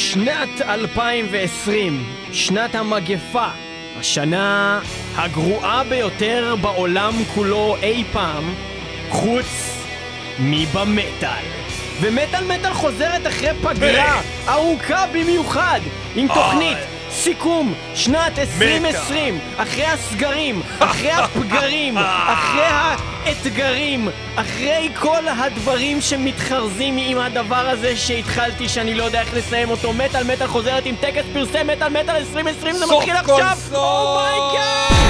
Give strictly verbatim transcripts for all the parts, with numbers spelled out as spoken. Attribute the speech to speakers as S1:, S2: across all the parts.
S1: שנת אלפיים ועשרים, שנת המגפה, השנה הגרועה ביותר בעולם כולו אי פעם, חוץ מבמטל. ומטל מטל חוזרת אחרי פגרה ארוכה במיוחד, עם תוכנית סיכום שנת עשרים עשרים, אחרי הסגרים, אחרי הפגרים, אחרי האתגרים, אחרי כל הדברים שמתחרזים עם הדבר הזה שהתחלתי שאני לא יודע איך לסיים אותו. מטל מטל חוזרת עם טקס פרסי מטל מטל עשרים עשרים, זה מתחיל עכשיו. אומייגאד!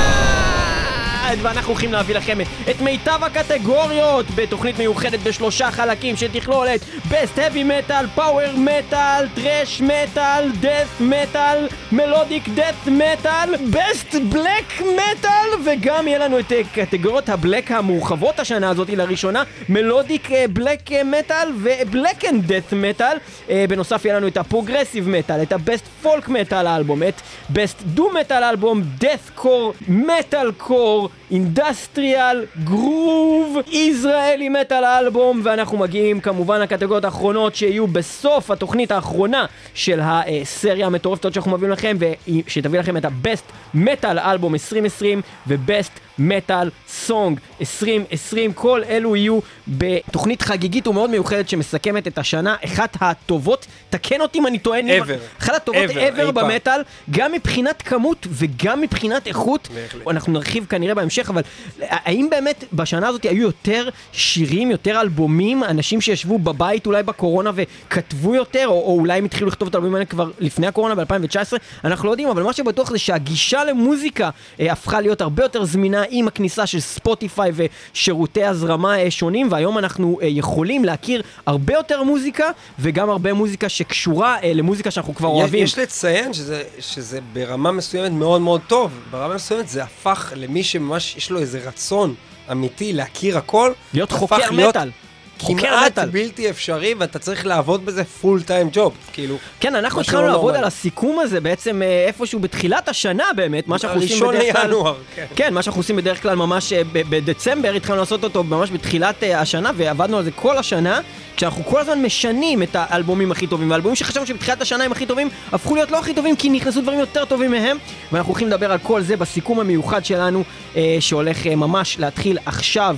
S1: ואנחנו הולכים להביא לכם את מיטב הקטגוריות בתוכנית מיוחדת בשלושה חלקים שתכלול את Best Heavy Metal, Power Metal, Trash Metal, Death Metal, Melodic Death Metal, Best Black Metal, וגם יהיה לנו את קטגוריות הבלק המורחבות השנה הזאת לראשונה, Melodic Black Metal ו-Black and Death Metal. בנוסף יהיה לנו את ה-Progressive Metal, את ה-Best Folk Metal אלבום, את Best Doom Metal אלבום, Death Core, Metal Core, אינדסטריאל, גרוב, ישראלי מטל אלבום, ואנחנו מגיעים כמובן לקטגוריות האחרונות שיהיו בסוף התוכנית האחרונה של הסריה המטורפת שאנחנו מביאים לכם, ושתביא לכם את הבסט מטל אלבום עשרים עשרים ובסט מטל סונג עשרים עשרים. כל אלו יהיו בתוכנית חגיגית ומאוד מיוחדת שמסכמת את השנה, אחת הטובות, תקן אותי אם אני טוען, אחת הטובות ever במטל, גם מבחינת כמות וגם מבחינת איכות. אנחנו נרחיב כנראה בהמשך, אבל האם באמת בשנה הזאת היו יותר שירים, יותר אלבומים, אנשים שישבו בבית אולי בקורונה וכתבו יותר, או, או אולי הם התחילו לכתוב את האלבומים האלה כבר לפני הקורונה ב-אלפיים תשע עשרה, אנחנו לא יודעים, אבל מה שבטוח זה שהגישה למוזיקה אה, הפכה להיות הרבה יותר זמינה עם הכניסה של ספוטיפיי ושירותי הזרמה אה, שונים, והיום אנחנו אה, יכולים להכיר הרבה יותר מוזיקה, וגם הרבה מוזיקה שקשורה אה, למוזיקה שאנחנו כבר
S2: יש,
S1: אוהבים.
S2: יש לציין שזה, שזה ברמה מסוימת מאוד מאוד טוב, ברמה מסוימת זה הפך למי שממש יש לו איזה רצון אמיתי להכיר הכל,
S1: להיות חוקר מטל.
S2: כמעט בלתי אפשרי, ואתה צריך לעבוד בזה פול טיים ג'וב, כאילו.
S1: כן, אנחנו התחלנו לעבוד על הסיכום הזה בעצם איפשהו בתחילת השנה באמת, מה שאנחנו עושים בדרך כלל, כן, מה שאנחנו עושים בדרך כלל ממש בדצמבר, התחלנו לעשות אותו ממש בתחילת השנה, ועבדנו על זה כל השנה, כשאנחנו כל הזמן משנים את האלבומים הכי טובים, והאלבומים שחשבנו שבתחילת השנה הם הכי טובים, הפכו להיות לא הכי טובים, כי נכנסו דברים יותר טובים מהם, ואנחנו הולכים לדבר על כל זה בסיכום המיוחד שלנו, שהולך ממש להתחיל עכשיו,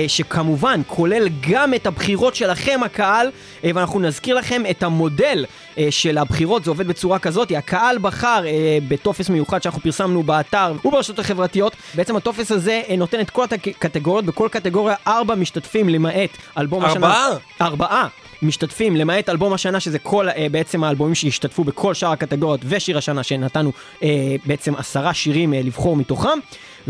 S1: שכמובן כולל גם את הבחירות שלכם הקהל, ואנחנו נזכיר לכם את המודל של הבחירות. זה עובד בצורה כזאת, הקהל בחר בטופס מיוחד שאנחנו פרסמנו באתר וברשתות החברתיות. בעצם הטופס הזה נותן את כל הקטגוריות, בכל קטגוריה ארבע משתתפים למעט אלבום השנה.
S2: ארבעה?
S1: ארבעה משתתפים למעט אלבום השנה, שזה כל בעצם האלבומים שהשתתפו בכל שאר הקטגוריות, ושיר השנה שנתנו בעצם עשרה שירים לבחור מתוכם.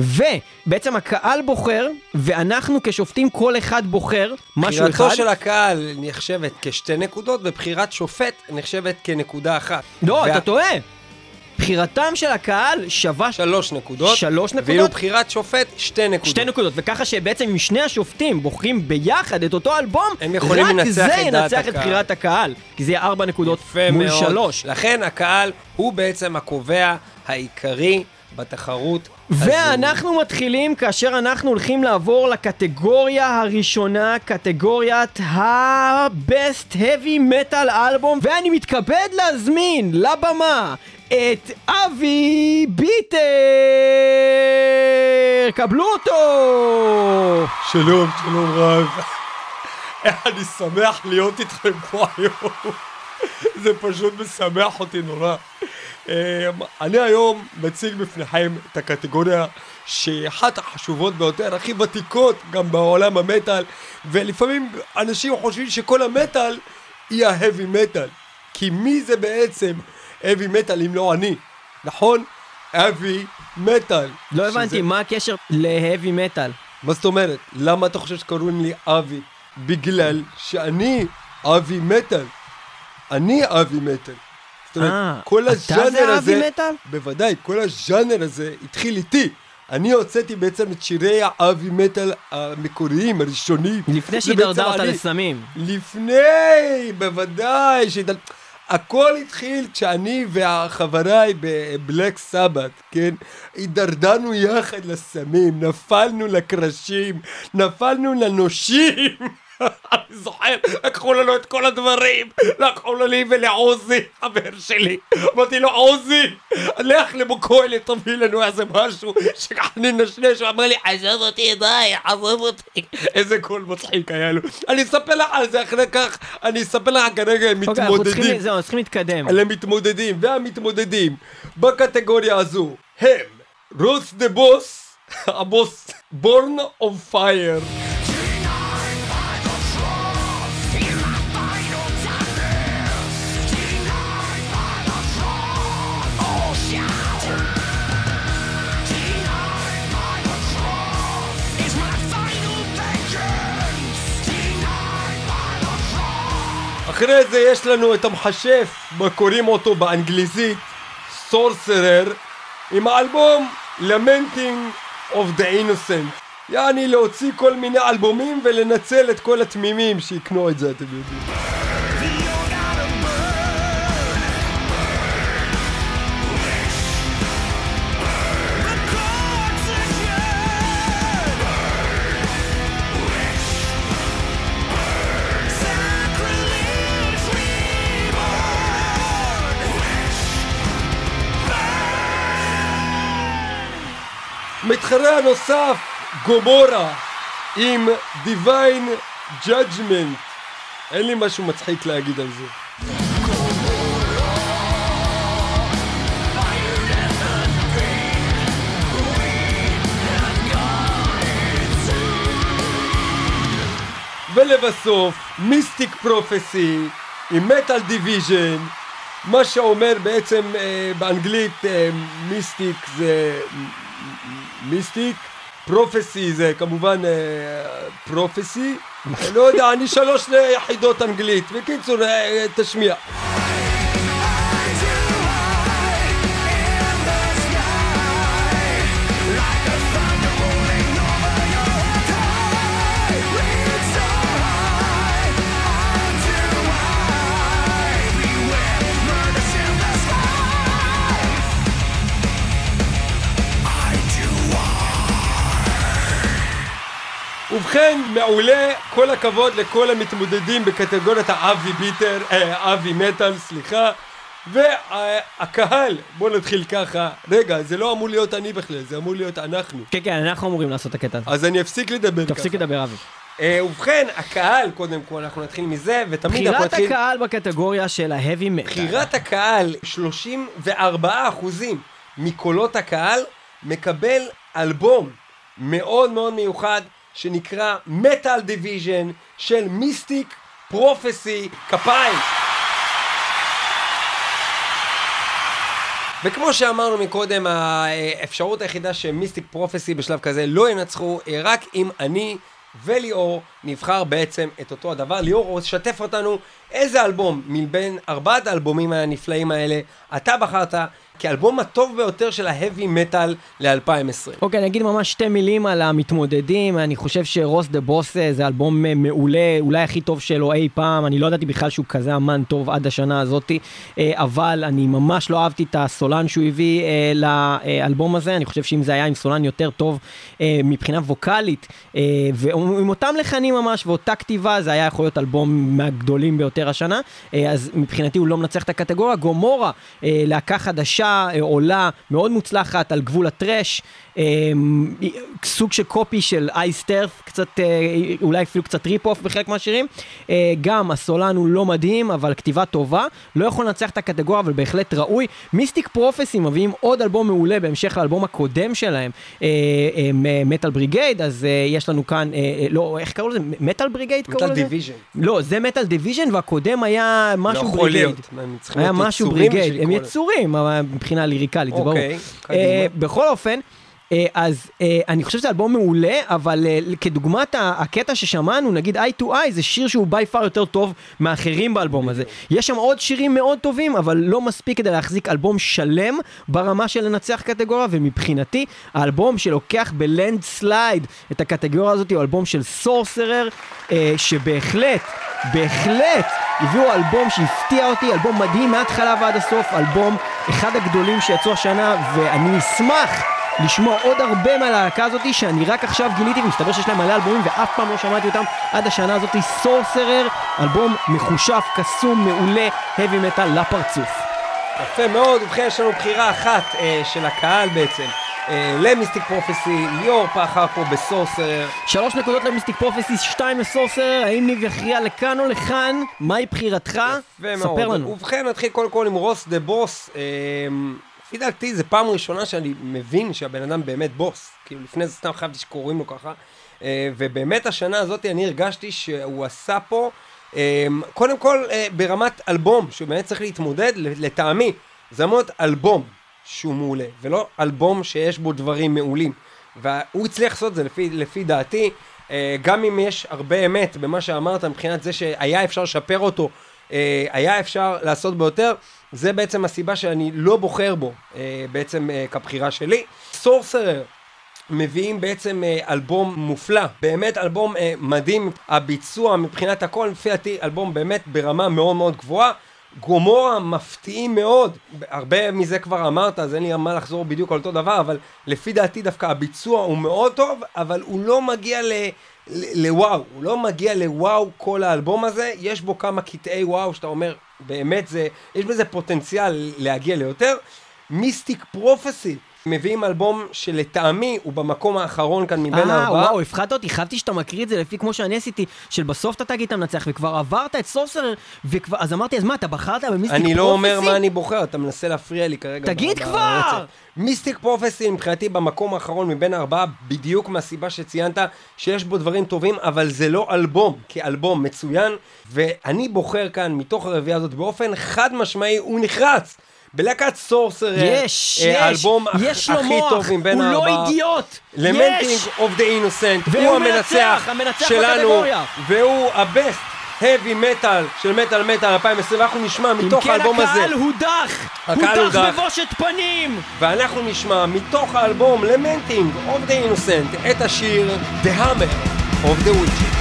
S1: ובעצם הקהל בוחר, ואנחנו כשופטים כל אחד בוחר משהו אחד.
S2: בחירתו של הקהל נחשבת כשתי נקודות, ובחירת שופט נחשבת כנקודה אחת.
S1: לא,
S2: וה...
S1: אתה טועה. בחירתם של הקהל שווה
S2: שלוש נקודות,
S1: שלוש נקודות,
S2: ואילו בחירת שופט שתי נקודות.
S1: שתי נקודות, וככה שבעצם אם שני השופטים בוחרים ביחד את אותו אלבום,
S2: הם יכולים
S1: רק
S2: לנצח
S1: זה
S2: את
S1: ינצח את בחירת הקהל, כי זה יהיה ארבע נקודות מול מאוד. שלוש.
S2: לכן הקהל הוא בעצם הקובע העיקרי בתחרות.
S1: ואנחנו הזו. מתחילים כאשר אנחנו הולכים לעבור לקטגוריה הראשונה, קטגוריית ה-Best Heavy Metal Album, ואני מתכבד להזמין לבמה את אבי ביטר, קבלו אותו.
S3: שלום, שלום רב. אני שמח להיות איתכם פה היום. זה פשוט משמח אותי נורא. אני היום מציג בפניכם את הקטגוריה שאחת החשובות ביותר, הכי ותיקות גם בעולם המטל, ולפעמים אנשים חושבים שכל המטל היא ההבי מטל, כי מי זה בעצם heavy metal אם לא אני, נכון? heavy metal.
S1: לא הבנתי, שזה... מה הקשר ל-heavy metal?
S2: מה זאת אומרת? למה אתה חושב שקוראים לי אבי? בגלל שאני אבי מטל. אני אבי מטל. זאת אומרת,
S1: 아,
S2: כל הז'אנר הזה...
S1: אבי מטל?
S2: בוודאי, כל הז'אנר הזה התחיל איתי. אני הוצאתי בעצם את שירי האבי מטל המקוריים, הראשונים.
S1: לפני שהתדרדרת לסמים.
S2: לפני, בוודאי. שהתדל... הכל התחיל כשאני והחבריי בבלק סבת, כן? הידרדרנו יחד לסמים, נפלנו לקרשים, נפלנו לנושים.
S3: אני זוכר, לקחו לנו את כל הדברים, לקחו לי ולעוזי, חבר שלי. אמרתי לו, עוזי, לך למוקוילת, תביא לנו איזה משהו, שכחני נשנש, הוא אמר לי, עזוב אותי, די, עזוב אותי. איזה קול מצחיק היה לו. אני אספר לך על זה אחרי כך, אני אספר לך כרגע מתמודדים.
S1: זהו, צריכים להתקדם.
S3: על המתמודדים והמתמודדים בקטגוריה הזו הם רוס דה בוס, הבוס בורן אוף פייר. אחרי זה יש לנו את המחשף, קוראים אותו באנגליזית סורסרר, עם האלבום Lamenting of the Innocent. יעני להוציא כל מיני אלבומים ולנצל את כל התמימים שיקנו את זה, אתם יודעים. מתחרה הנוסף, גומורה, עם Divine Judgment. אין לי משהו מצחיק להגיד על זה. ולבסוף, Mystic Prophecy, עם Metal Division, מה שאומר בעצם אה, באנגלית, אה, Mystic זה... מיסטיק, פרופסי זה כמובן פרופסי, לא יודע, אני שלוש יחידות אנגלית, בקיצור תשמיע. ובכן, מעולה, כל הכבוד לכל המתמודדים בקטגוריית האבי ביטר, אה, אבי מטל, סליחה. והקהל, בוא נתחיל ככה. רגע, זה לא אמור להיות אני בכלל, זה אמור להיות אנחנו.
S1: כן, כן, אנחנו אמורים לעשות את הקטע הזה.
S3: אז אני אפסיק לדבר ככה.
S1: תפסיק לדבר, אבי.
S3: אה, ובכן, הקהל, קודם כל, אנחנו נתחיל מזה, ותמיד אנחנו נתחיל...
S1: בחירת הקהל בקטגוריה של ההבי מטל.
S3: בחירת הקהל, שלושים וארבעה אחוזים מקולות הקהל, מקבל אלבום מאוד מאוד מיוחד, שנקרא Metal Division של מיסטיק פרופסי. כפיים. וכמו שאמרנו מקודם, האפשרות היחידה שמיסטיק פרופסי בשלב כזה לא ינצחו, רק אם אני וליאור נבחר בעצם את אותו הדבר. ליאור, שתף אותנו איזה אלבום מבין ארבעת האלבומים הנפלאים האלה אתה בחרת כאלבום הטוב ביותר של ההבי מטל ל-אלפיים עשרים.
S1: אוקיי, אני אגיד ממש שתי מילים על המתמודדים. אני חושב שרוס דה בוס זה אלבום מעולה, אולי הכי טוב שלו אי פעם. אני לא ידעתי בכלל שהוא כזה אמן טוב עד השנה הזאת, אבל אני ממש לא אהבתי את הסולן שהוא הביא לאלבום הזה. אני חושב שאם זה היה עם סולן יותר טוב מבחינה ווקלית, ועם אותם לחנים ממש ואותה כתיבה, זה היה יכול להיות אלבום מהגדולים ביותר השנה. אז מבחינתי הוא לא מנצח את הקטגוריה. גומורה, להקה חדשה, עולה מאוד מוצלחת על גבול הטרש, סוג של קופי של אייסטרף, קצת, אולי אפילו קצת ריפ-אוף בחלק מהשירים. גם הסולן הוא לא מדהים, אבל כתיבה טובה, לא יכול לנצח את הקטגוריה, אבל בהחלט ראוי. מיסטיק פרופסי מביאים עוד אלבום מעולה בהמשך לאלבום הקודם שלהם, מטל בריגייד. אז יש לנו כאן, לא, איך קראו לזה? מטל בריגייד קראו לזה?
S3: מטל דיוויז'ן.
S1: לא, זה מטל דיוויז'ן, והקודם היה משהו בריגייד. היה משהו בריגייד, הם יצורים, מבחינה ליריקלית, זה ברור. בכל אופן, אז אני חושב שזה אלבום מעולה, אבל כדוגמת הקטע ששמענו, נגיד Eye to Eye, זה שיר שהוא by far יותר טוב מאחרים באלבום הזה. יש שם עוד שירים מאוד טובים, אבל לא מספיק כדי להחזיק אלבום שלם ברמה של לנצח קטגוריה, ומבחינתי, האלבום שלוקח בלנד סלייד את הקטגוריה הזאת, הוא אלבום של סורסרר, שבהחלט, בהחלט, הביאו אלבום שהפתיע אותי, אלבום מדהים מההתחלה ועד הסוף, אלבום אחד הגדולים שיצאו השנה, ואני אשמח לשמוע עוד הרבה מהלהקה הזאת שאני רק עכשיו גיליתי, ומסתבר שיש להם מלא אלבומים ואף פעם לא שמעתי אותם עד השנה הזאת. סורסרר, אלבום מחושף, קסום, מעולה, heavy metal לפרצוף.
S2: יפה מאוד, ובכן יש לנו בחירה אחת אה, של הקהל בעצם. למיסטיק פרופסי, ליאור פחר פה בסורסרר.
S1: שלוש נקודות למיסטיק פרופסי, שתיים לסורסרר. האם ניב יכריע לכאן או לכאן? מהי בחירתך? ספר לנו.
S2: ובכן נתחיל קודם כל עם רוס דה בוס. לפי דעתי זה פעם ראשונה שאני מבין שהבן אדם באמת בוס. כאילו לפני זה סתם חייבתי שקוראים לו ככה. ובאמת השנה הזאת אני הרגשתי שהוא עשה פה, קודם כל ברמת אלבום, שהוא באמת צריך להתמודד לטעמי. זה מאוד אלבום שהוא מעולה, ולא אלבום שיש בו דברים מעולים. והוא הצליח לעשות זה לפי, לפי דעתי, גם אם יש הרבה אמת במה שאמרת, מבחינת זה שהיה אפשר לשפר אותו, היה אפשר לעשות ביותר, זה בעצם הסיבה שאני לא בוחר בו, בעצם כבחירה שלי. סורסרר מביאים בעצם אלבום מופלא, באמת אלבום מדהים, הביצוע מבחינת הכל, לפי דעתי אלבום באמת ברמה מאוד מאוד גבוהה. גומורה מפתיעים מאוד, הרבה מזה כבר אמרת, אז אין לי מה לחזור בדיוק על אותו דבר, אבל לפי דעתי דווקא הביצוע הוא מאוד טוב, אבל הוא לא מגיע ל... לוואו, הוא לא מגיע לוואו כל האלבום הזה, יש בו כמה קטעי וואו שאתה אומר, באמת זה, יש בזה פוטנציאל להגיע ליותר. מיסטיק פרופסי, מביאים אלבום שלטעמי הוא במקום האחרון כאן מבין הארבעה.
S1: אה, וואו, הפחדת אותי, חשבתי שאתה מקריא את זה לפי כמו שאני עשיתי, של בסוף אתה תגיד אתה מנצח, וכבר עברת את סורסרר, וכבר, אז אמרתי, אז מה, אתה בחרת במיסטיק פרופסי?
S2: אני לא אומר מה אני בוחר, אתה מנסה להפריע לי כרגע.
S1: תגיד כבר!
S2: מיסטיק פרופסי מבחינתי במקום האחרון מבין הארבעה, בדיוק מהסיבה שציינת, שיש בו דברים טובים, אבל זה לא אלבום, כאלבום מצוין, ואני בוחר כאן מתוך הרביעייה הזאת באופן חד משמעי, הוא נחרץ. בלהקת סורסרר,
S1: יש, יש,
S2: האלבום
S1: יש לו
S2: הכי
S1: מוח,
S2: טוב מבין
S1: הוא
S2: הארבעה.
S1: לא אידיוט,
S2: למנטינג אוף דה אינוסנט, הוא המנצח,
S1: המנצח
S2: שלנו,
S1: בקטגוריה.
S2: והוא הבסט heavy metal של מטל מטל אלפיים עשרים, ואנחנו נשמע מתוך האלבום הזה.
S1: אם כן הקהל הודח, הודח בבושת פנים.
S2: ואנחנו נשמע מתוך האלבום למנטינג אוף דה אינוסנט את השיר The Hammer of the Witches.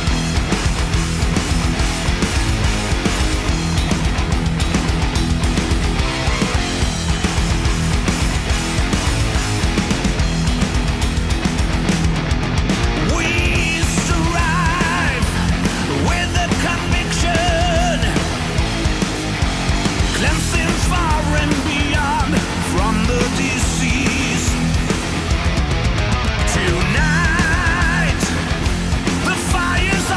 S4: Tonight, the fire's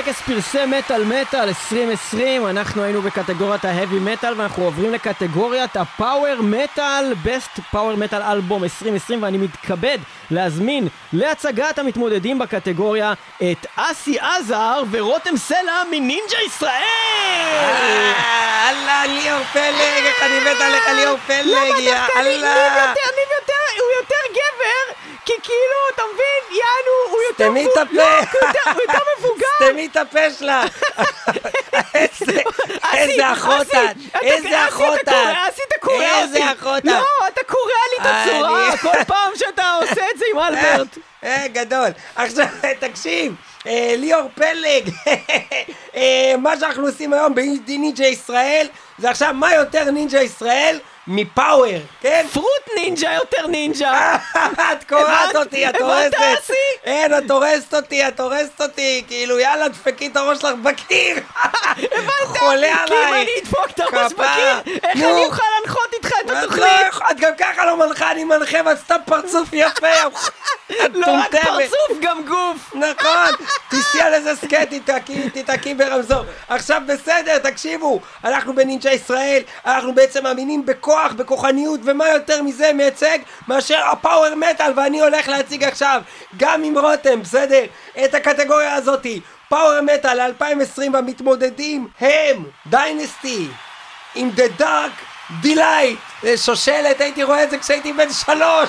S1: טקס פרסי מטל מטל עשרים עשרים, אנחנו היינו בקטגוריית ההאבי מטל ואנחנו עוברים לקטגוריית הפאוור מטל, בסט פאוור מטל אלבום עשרים עשרים, ואני מתכבד להזמין להצגת המתמודדים בקטגוריה את אסי עזר ורותם סלע מנינג'ה ישראל.
S2: אללה, ליאור פלג, איך אני מת עליך ליאור פלג, יא אללה.
S1: אני יותר, הוא יותר גבר, כי כאילו, אתה מבין, יענו, הוא יותר
S2: סתמי את הפה.
S1: הוא יותר מבוגר.
S2: סתמי את הפה שלה. איזה אחות את, איזה אחות את.
S1: אסי, אתה קורא אותי.
S2: איזה אחות את.
S1: לא, אתה קורא לי את הצורה, כל פעם שאתה עושה את זה עם אלברט.
S2: אה, גדול. עכשיו, תקשיב, ליאור פלג, מה שאנחנו עושים היום בנינג'ה ישראל, זה עכשיו מה יותר נינג'ה ישראל מפאוור, כן?
S1: פרוט נינג'ה יותר נינג'ה.
S2: את קוראת אותי, את הורסת.
S1: הבנת אסי?
S2: אין, את הורסת אותי, את הורסת אותי, כאילו יאללה דפקי את הראש שלך בקיר.
S1: הבנת?
S2: חולה עליי.
S1: כי אם אני אדפוק את הראש בקיר, איך אני אוכל להנחות איתך את התוכנית?
S2: את גם ככה לא מנחה, אני מנחה ואת סתם פרצוף יפה.
S1: לא רק פרצוף, גם גוף.
S2: נכון, תיסי על איזה סקט, תתעקי ברמזור. עכשיו בסדר, תקשיבו, אנחנו בנינג'ה ישראל, אנחנו בעצם מאמינים בכוח, בכוחניות, ומה יותר מזה מייצג מאשר הפאוור מטל, ואני הולך להציג עכשיו, גם עם רותם, בסדר, את הקטגוריה הזאתי, פאוור מטל אלפיים ועשרים, המתמודדים הם דיינסטי, עם The Dark Delight, שושלת, הייתי רואה את זה כשהייתי בן שלוש.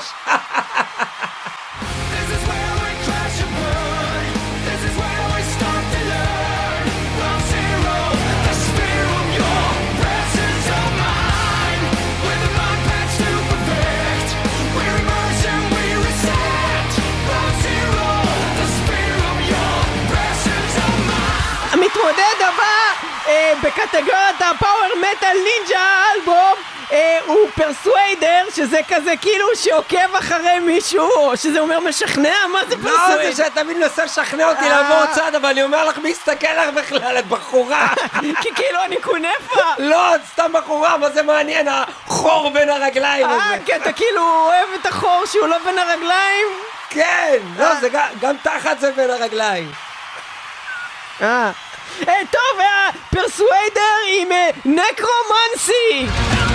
S1: המתמודד הבא אה, בקטגוריית הפאוור מטל נינג'ה אלבום אה, הוא פרסוויידר, שזה כזה כאילו שעוקב אחרי מישהו, או שזה אומר משכנע, מה זה פרסוויידר?
S2: לא, זה שאתה תמיד מנסה לשכנע אותי לעבור צד, אבל אני אומר לך מי יסתכל לך בכלל, את בחורה.
S1: כי כאילו אני קונפה.
S2: לא, את סתם בחורה, מה זה מעניין, החור בין הרגליים הזה.
S1: אה, כי אתה כאילו אוהב את החור שהוא לא בין הרגליים?
S2: כן, לא, זה גם תחת זה בין הרגליים.
S1: אה, טוב, פרסוויידר עם נקרומנסי.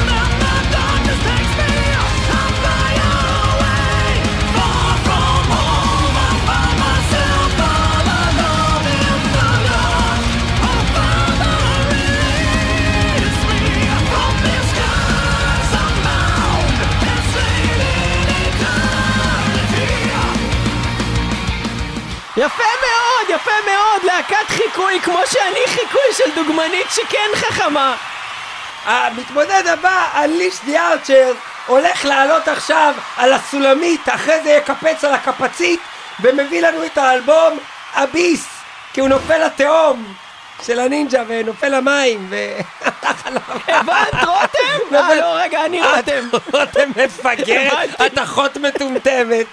S1: יפה מאוד, יפה מאוד, להקת חיקוי כמו שאני חיקוי של דוגמנית שכן חכמה.
S2: המתמודד הבא, אליש די ארצ'ר, הולך לעלות עכשיו על הסולמית, אחרי זה יקפץ על הקפצית ומביא לנו את האלבום אביס, כי הוא נופל לתהום של הנינג'ה ונופל למים ו...
S1: הבנת רותם? אה לא רגע, אני רותם.
S2: רותם מפגרת, את אחות מטומטמת.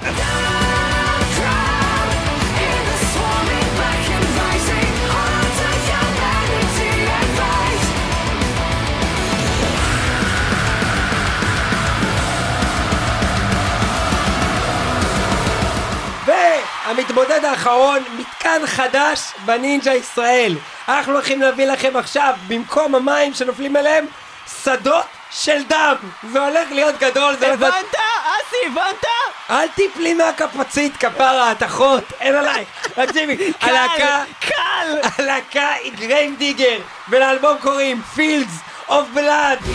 S2: והמתמודד האחרון, מתקן חדש בנינג'ה ישראל. אנחנו הולכים להביא לכם עכשיו, במקום המים שנופלים אליהם, שדות של דם. זה הולך להיות גדול.
S1: הבנת? אסי, הבנת?
S2: אל תיפלי מהקפצית, כפרה, את אחות, אין עליי. תקשיבי, הלהקה,
S1: קל,
S2: הלהקה היא גרייב דיגר, ולאלבום קוראים Fields of Blood.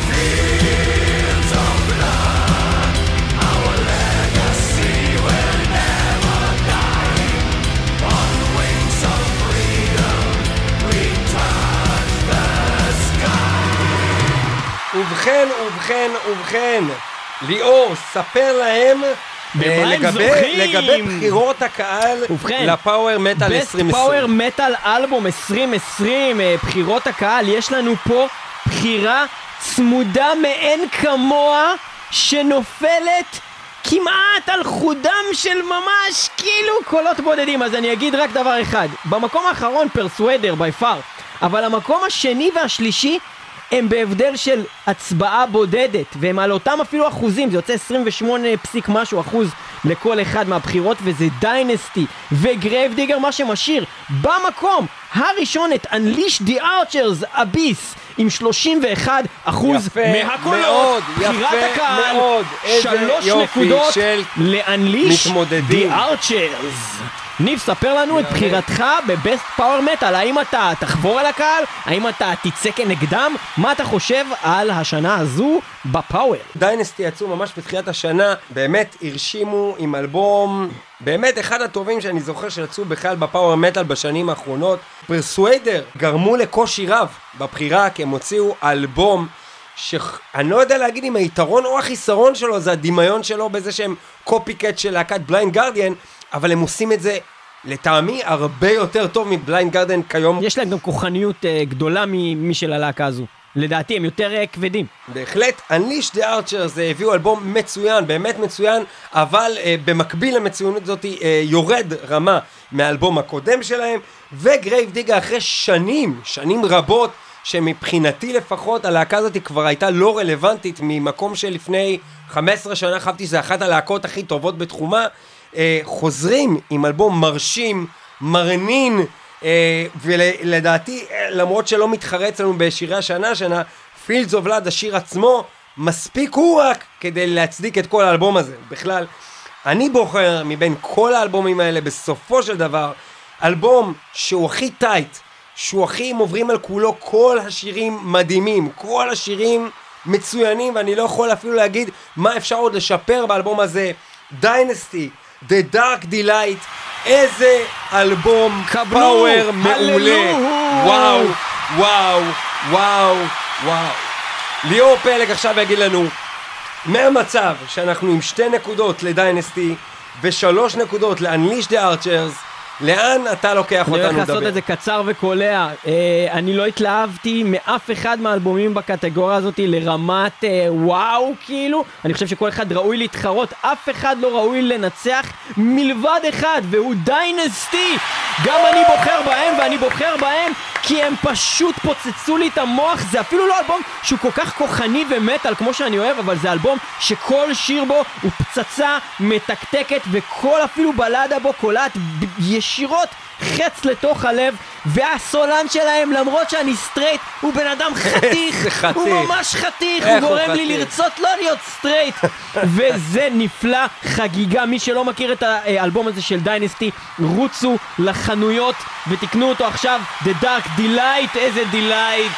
S2: ובכן, ובכן, ובכן, ליאור, ספר להם לגבי, לגבי בחירות הקהל לפאוור מטל עשרים עשרים.
S1: בסט פאוור מטל אלבום עשרים עשרים, בחירות הקהל, יש לנו פה בחירה צמודה מאין כמוה שנופלת כמעט על חודם של ממש כאילו קולות בודדים. אז אני אגיד רק דבר אחד, במקום האחרון פרסוויידר בי פאר, אבל המקום השני והשלישי הם בהבדל של הצבעה בודדת, והם על אותם אפילו אחוזים, זה יוצא עשרים ושמונה פסיק משהו אחוז לכל אחד מהבחירות, וזה דיינסטי וגרייב דיגר, מה שמשאיר במקום הראשון את Unleash the Archers Abyss עם שלושים ואחד אחוז מהקולות, בחירת הקהל, שלוש נקודות ל-Unleash the Archers. ניב, ספר לנו את בחירתך בבסט פאוור מטל, האם אתה תחבור על הקהל, האם אתה תצא כנגדם, מה אתה חושב על השנה הזו בפאוור?
S2: דיינסטי יצאו ממש בתחילת השנה, באמת הרשימו עם אלבום, באמת אחד הטובים שאני זוכר שיצאו בכלל בפאוור מטל בשנים האחרונות. פרסואידר גרמו לקושי רב בבחירה, כי הם הוציאו אלבום שאני לא יודע להגיד אם היתרון או החיסרון שלו זה הדמיון שלו בזה שהם קופיקט של להקת בליינד גרדיאן, אבל הם עושים את זה לטעמי הרבה יותר טוב מבליינד גרדיאן כיום.
S1: יש להם גם כוחניות uh, גדולה משל הלהקה הזו. לדעתי הם יותר uh, כבדים.
S2: בהחלט, Unleash the Archers הביאו אלבום מצוין, באמת מצוין, אבל uh, במקביל למצוינות הזאת uh, יורד רמה מהאלבום הקודם שלהם, וגרייב דיגר אחרי שנים, שנים רבות, שמבחינתי לפחות הלהקה הזאת כבר הייתה לא רלוונטית ממקום שלפני חמש עשרה שנה חשבתי שזה אחת הלהקות הכי טובות בתחומה, אה, חוזרים עם אלבום מרשים, מרנין, אה, ולדעתי למרות שלא מתחרץ לנו בשירי השנה השנה, Fields of Blood השיר עצמו מספיק הוא רק כדי להצדיק את כל האלבום הזה. בכלל אני בוחר מבין כל האלבומים האלה בסופו של דבר אלבום שהוא הכי טייט, שהוא הכי עוברים על כולו, כל השירים מדהימים, כל השירים מצוינים, ואני לא יכול אפילו להגיד מה אפשר עוד לשפר באלבום הזה. דיינסטי, The Dark Delight, איזה אלבום פאוור מעולה. וואו, וואו, וואו, וואו. ליאור פלג עכשיו יגיד לנו, מהמצב שאנחנו עם שתי נקודות לדיינסטי ושלוש נקודות ל-Unleash the Archers, לאן אתה לוקח אותנו לדבר?
S1: אני הולך לעשות את זה קצר וקולע. אה, אני לא התלהבתי מאף אחד מהאלבומים בקטגוריה הזאת לרמת אה, וואו, כאילו. אני חושב שכל אחד ראוי להתחרות, אף אחד לא ראוי לנצח מלבד אחד, והוא דיינסטי. גם אני בוחר בהם, ואני בוחר בהם כי הם פשוט פוצצו לי את המוח. זה אפילו לא אלבום שהוא כל כך כוחני ומטל כמו שאני אוהב, אבל זה אלבום שכל שיר בו הוא פצצה מתקתקת, וכל אפילו בלדה בו קולט ישירות חץ לתוך הלב. והסולן שלהם, למרות שאני סטרייט, הוא בן אדם חתיך, הוא ממש חתיך, הוא גורם לי לרצות לא להיות סטרייט. וזה נפלא, חגיגה. מי שלא מכיר את האלבום הזה של דיינסטי, רוצו לחנויות ותקנו אותו עכשיו. The Dark Delight, איזה דילייט.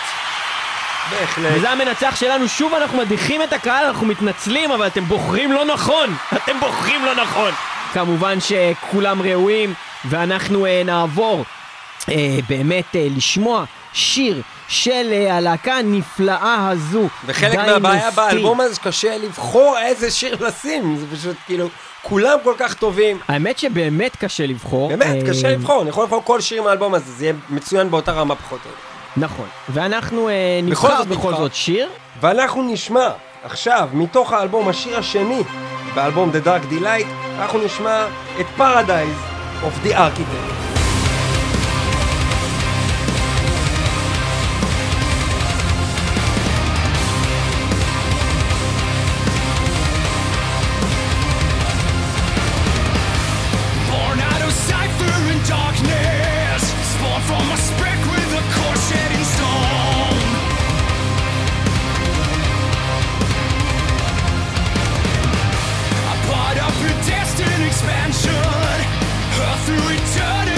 S2: בהחלט.
S1: וזה המנצח שלנו. שוב אנחנו מדיחים את הקהל, אנחנו מתנצלים, אבל אתם בוחרים לא נכון. אתם בוחרים לא נכון. כמובן שכולם ראויים, ואנחנו uh, נעבור uh, באמת uh, לשמוע שיר של uh, הלהקה הנפלאה הזו.
S2: וחלק מהבעיה באלבום הזה שקשה לבחור איזה שיר לשים, זה פשוט כאילו כולם כל כך טובים.
S1: האמת שבאמת קשה לבחור.
S2: באמת uh, קשה לבחור, אני יכול לבחור כל שיר מהאלבום הזה, זה יהיה מצוין באותה רמה פחות או יותר.
S1: נכון, ואנחנו uh, נבחר בכל זאת שיר.
S2: ואנחנו נשמע עכשיו מתוך האלבום השיר השני באלבום The Dark Delight, אנחנו נשמע את Paradise of the Architect.
S4: Born out of cipher and darkness, spawned from a speck with a core shed in stone. A part of predestined expansion, earth through eternity.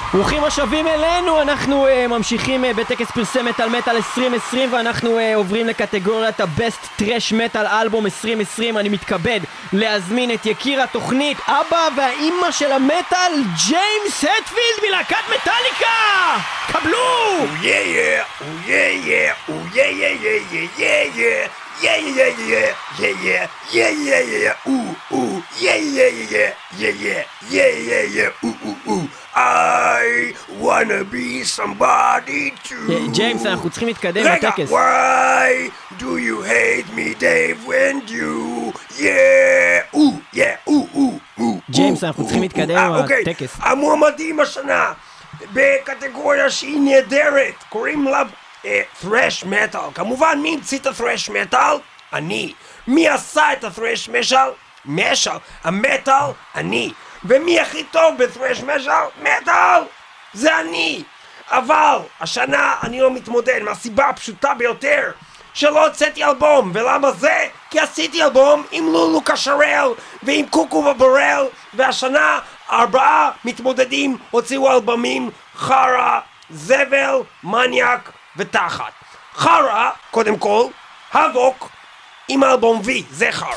S1: ברוכים השבים אלינו, אנחנו uh, ממשיכים uh, בטקס פרסי מטל מטל עשרים עשרים ואנחנו uh, עוברים לקטגוריית הבסט טרש מטל אלבום עשרים עשרים. אני מתכבד להזמין את יקיר התוכנית, אבא והאימא של המטל, ג'יימס הטפילד מלהקת מטליקה! קבלו!
S3: Oh yeah yeah, oh yeah yeah, oh yeah yeah yeah yeah yeah yeah yeah yeah yeah yeah yeah yeah yeah ooh ooh yeah yeah yeah yeah yeah yeah yeah yeah ooh ooh ooh I wanna be somebody too.
S1: ג'יימס, אנחנו צריכים להתקדם
S3: רגע,
S1: בטקס.
S3: why do you hate me Dave when you yeah ooh yeah ooh ooh ooh
S1: ג'יימס, אנחנו צריכים להתקדם בטקס.
S3: המועמדים השנה בקטגוריה שהיא נהדרת, קוראים לה thrash metal. כמובן, מי המציא את ה-thrash metal? אני. מי עשה את ה-thrash metal? משל. המטל? אני. ומי הכי טוב ב-thrash metal? מטל! זה אני. אבל השנה אני לא מתמודד מהסיבה הפשוטה ביותר שלא הוצאתי אלבום. ולמה זה? כי עשיתי אלבום עם לולו קשרל ועם קוקו בברל, והשנה ארבעה מתמודדים הוציאו אלבומים: חרה, זבל, מניאק ותחת. חרה, קודם כל, הבוק עם אלבום וי, זה חרה.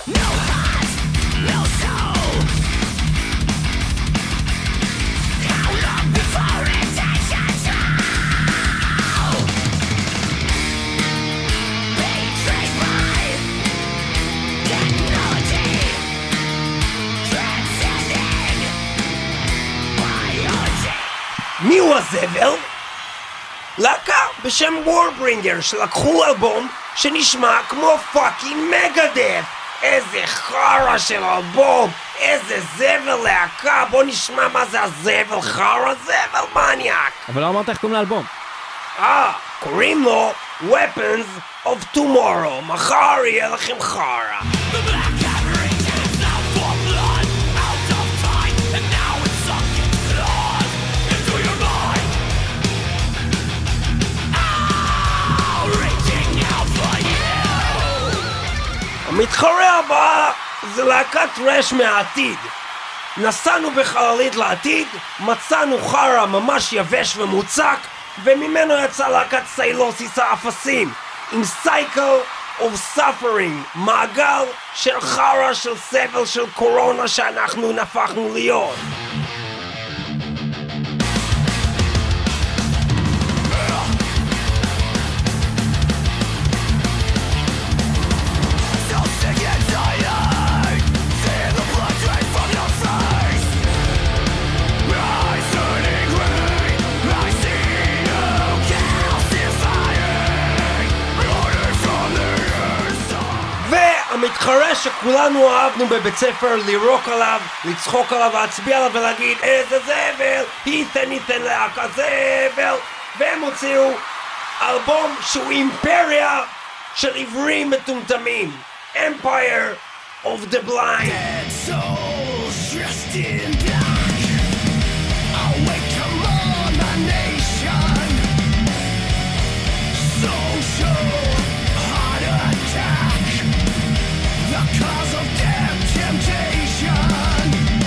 S3: מי הוא הזבל? להקה בשם וורברינגר שלקחו אלבום שנשמע כמו פאקינג מגדף. איזה חרה של אלבום, איזה זבל להקה. בוא נשמע מה זה הזבל חרה, זבל מניאק.
S1: אבל לא אמרת איך קוראים לאלבום.
S3: אה, קוראים לו Weapons of Tomorrow. מחר יהיה לכם חרה. המתחרה הבא זה להקת טרש מהעתיד. נסענו בחללית לעתיד, מצאנו חרה ממש יבש ומוצק, וממנו יצא להקת סיילוסיס האפסים עם Cycle of Suffering, מעגל של חרה, של סבל, של קורונה שאנחנו נפחנו להיות. המתחרה שכולנו אהבנו בבית ספר לירוק עליו, לצחוק עליו, להצביע עליו ולהגיד איזה זבל, היתן היתן להקה זבל. והם הוציאו אלבום שהוא אימפריה של עברים מטומטמים, Empire of the Blind. Dead souls dressed in black, awake among the nation, social heart attack, the cause of their temptation.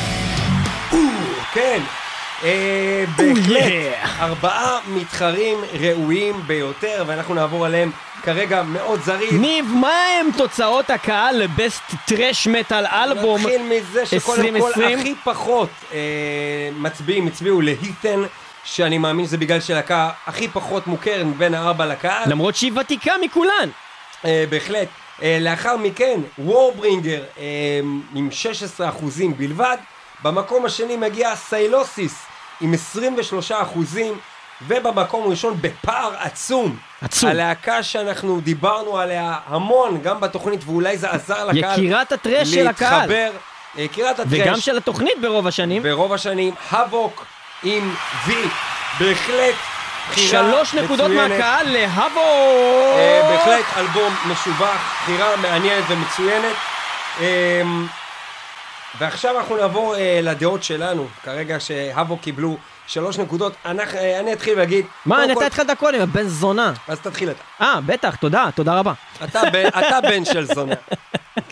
S3: כן, בהחלט ארבעה מתחרים ראויים ביותר, ואנחנו נעבור עליהם כרגע מאוד זריז.
S1: ניב, מה הם תוצאות הקהל לבסט טרש מטל אלבום
S3: נתחיל מזה שקודם כל הכי פחות מצביעים הצביעו להית'ן, שאני מאמין שזה בגלל שלהקה הכי פחות מוכרת מבין הארבע לקהל,
S1: למרות שהיא ותיקה מכולן.
S3: בהחלט. לאחר מכן וורברינגר עם שש עשרה אחוזים בלבד. במקום השני מגיע סיילוסיס עם עשרים ושלושה אחוזים, ובמקום ראשון בפער עצום,
S1: עצום.
S3: הלהקה שאנחנו דיברנו עליה המון גם בתוכנית, ואולי זה עזר לקהל
S1: יקירת הטרש של הקהל,
S3: להתחבר, יקירת הטרש
S1: וגם של התוכנית ברוב השנים,
S3: ברוב השנים, הבוק עם וי, בהחלט בחירה
S1: שלוש נקודות
S3: מצוינת.
S1: מהקהל להבוק.
S3: אה, בהחלט אלבום משובח, בחירה מעניינת ומצוינת. אה, ועכשיו אנחנו נעבור אה, לדעות שלנו, כרגע שהבוק קיבלו שלוש נקודות. אני, אה, אני אתחיל להגיד...
S1: מה, נתת לך דקות עם הבן זונה.
S3: אז תתחיל אתה.
S1: אה, בטח, תודה, תודה רבה.
S3: אתה בן, אתה בן של זונה.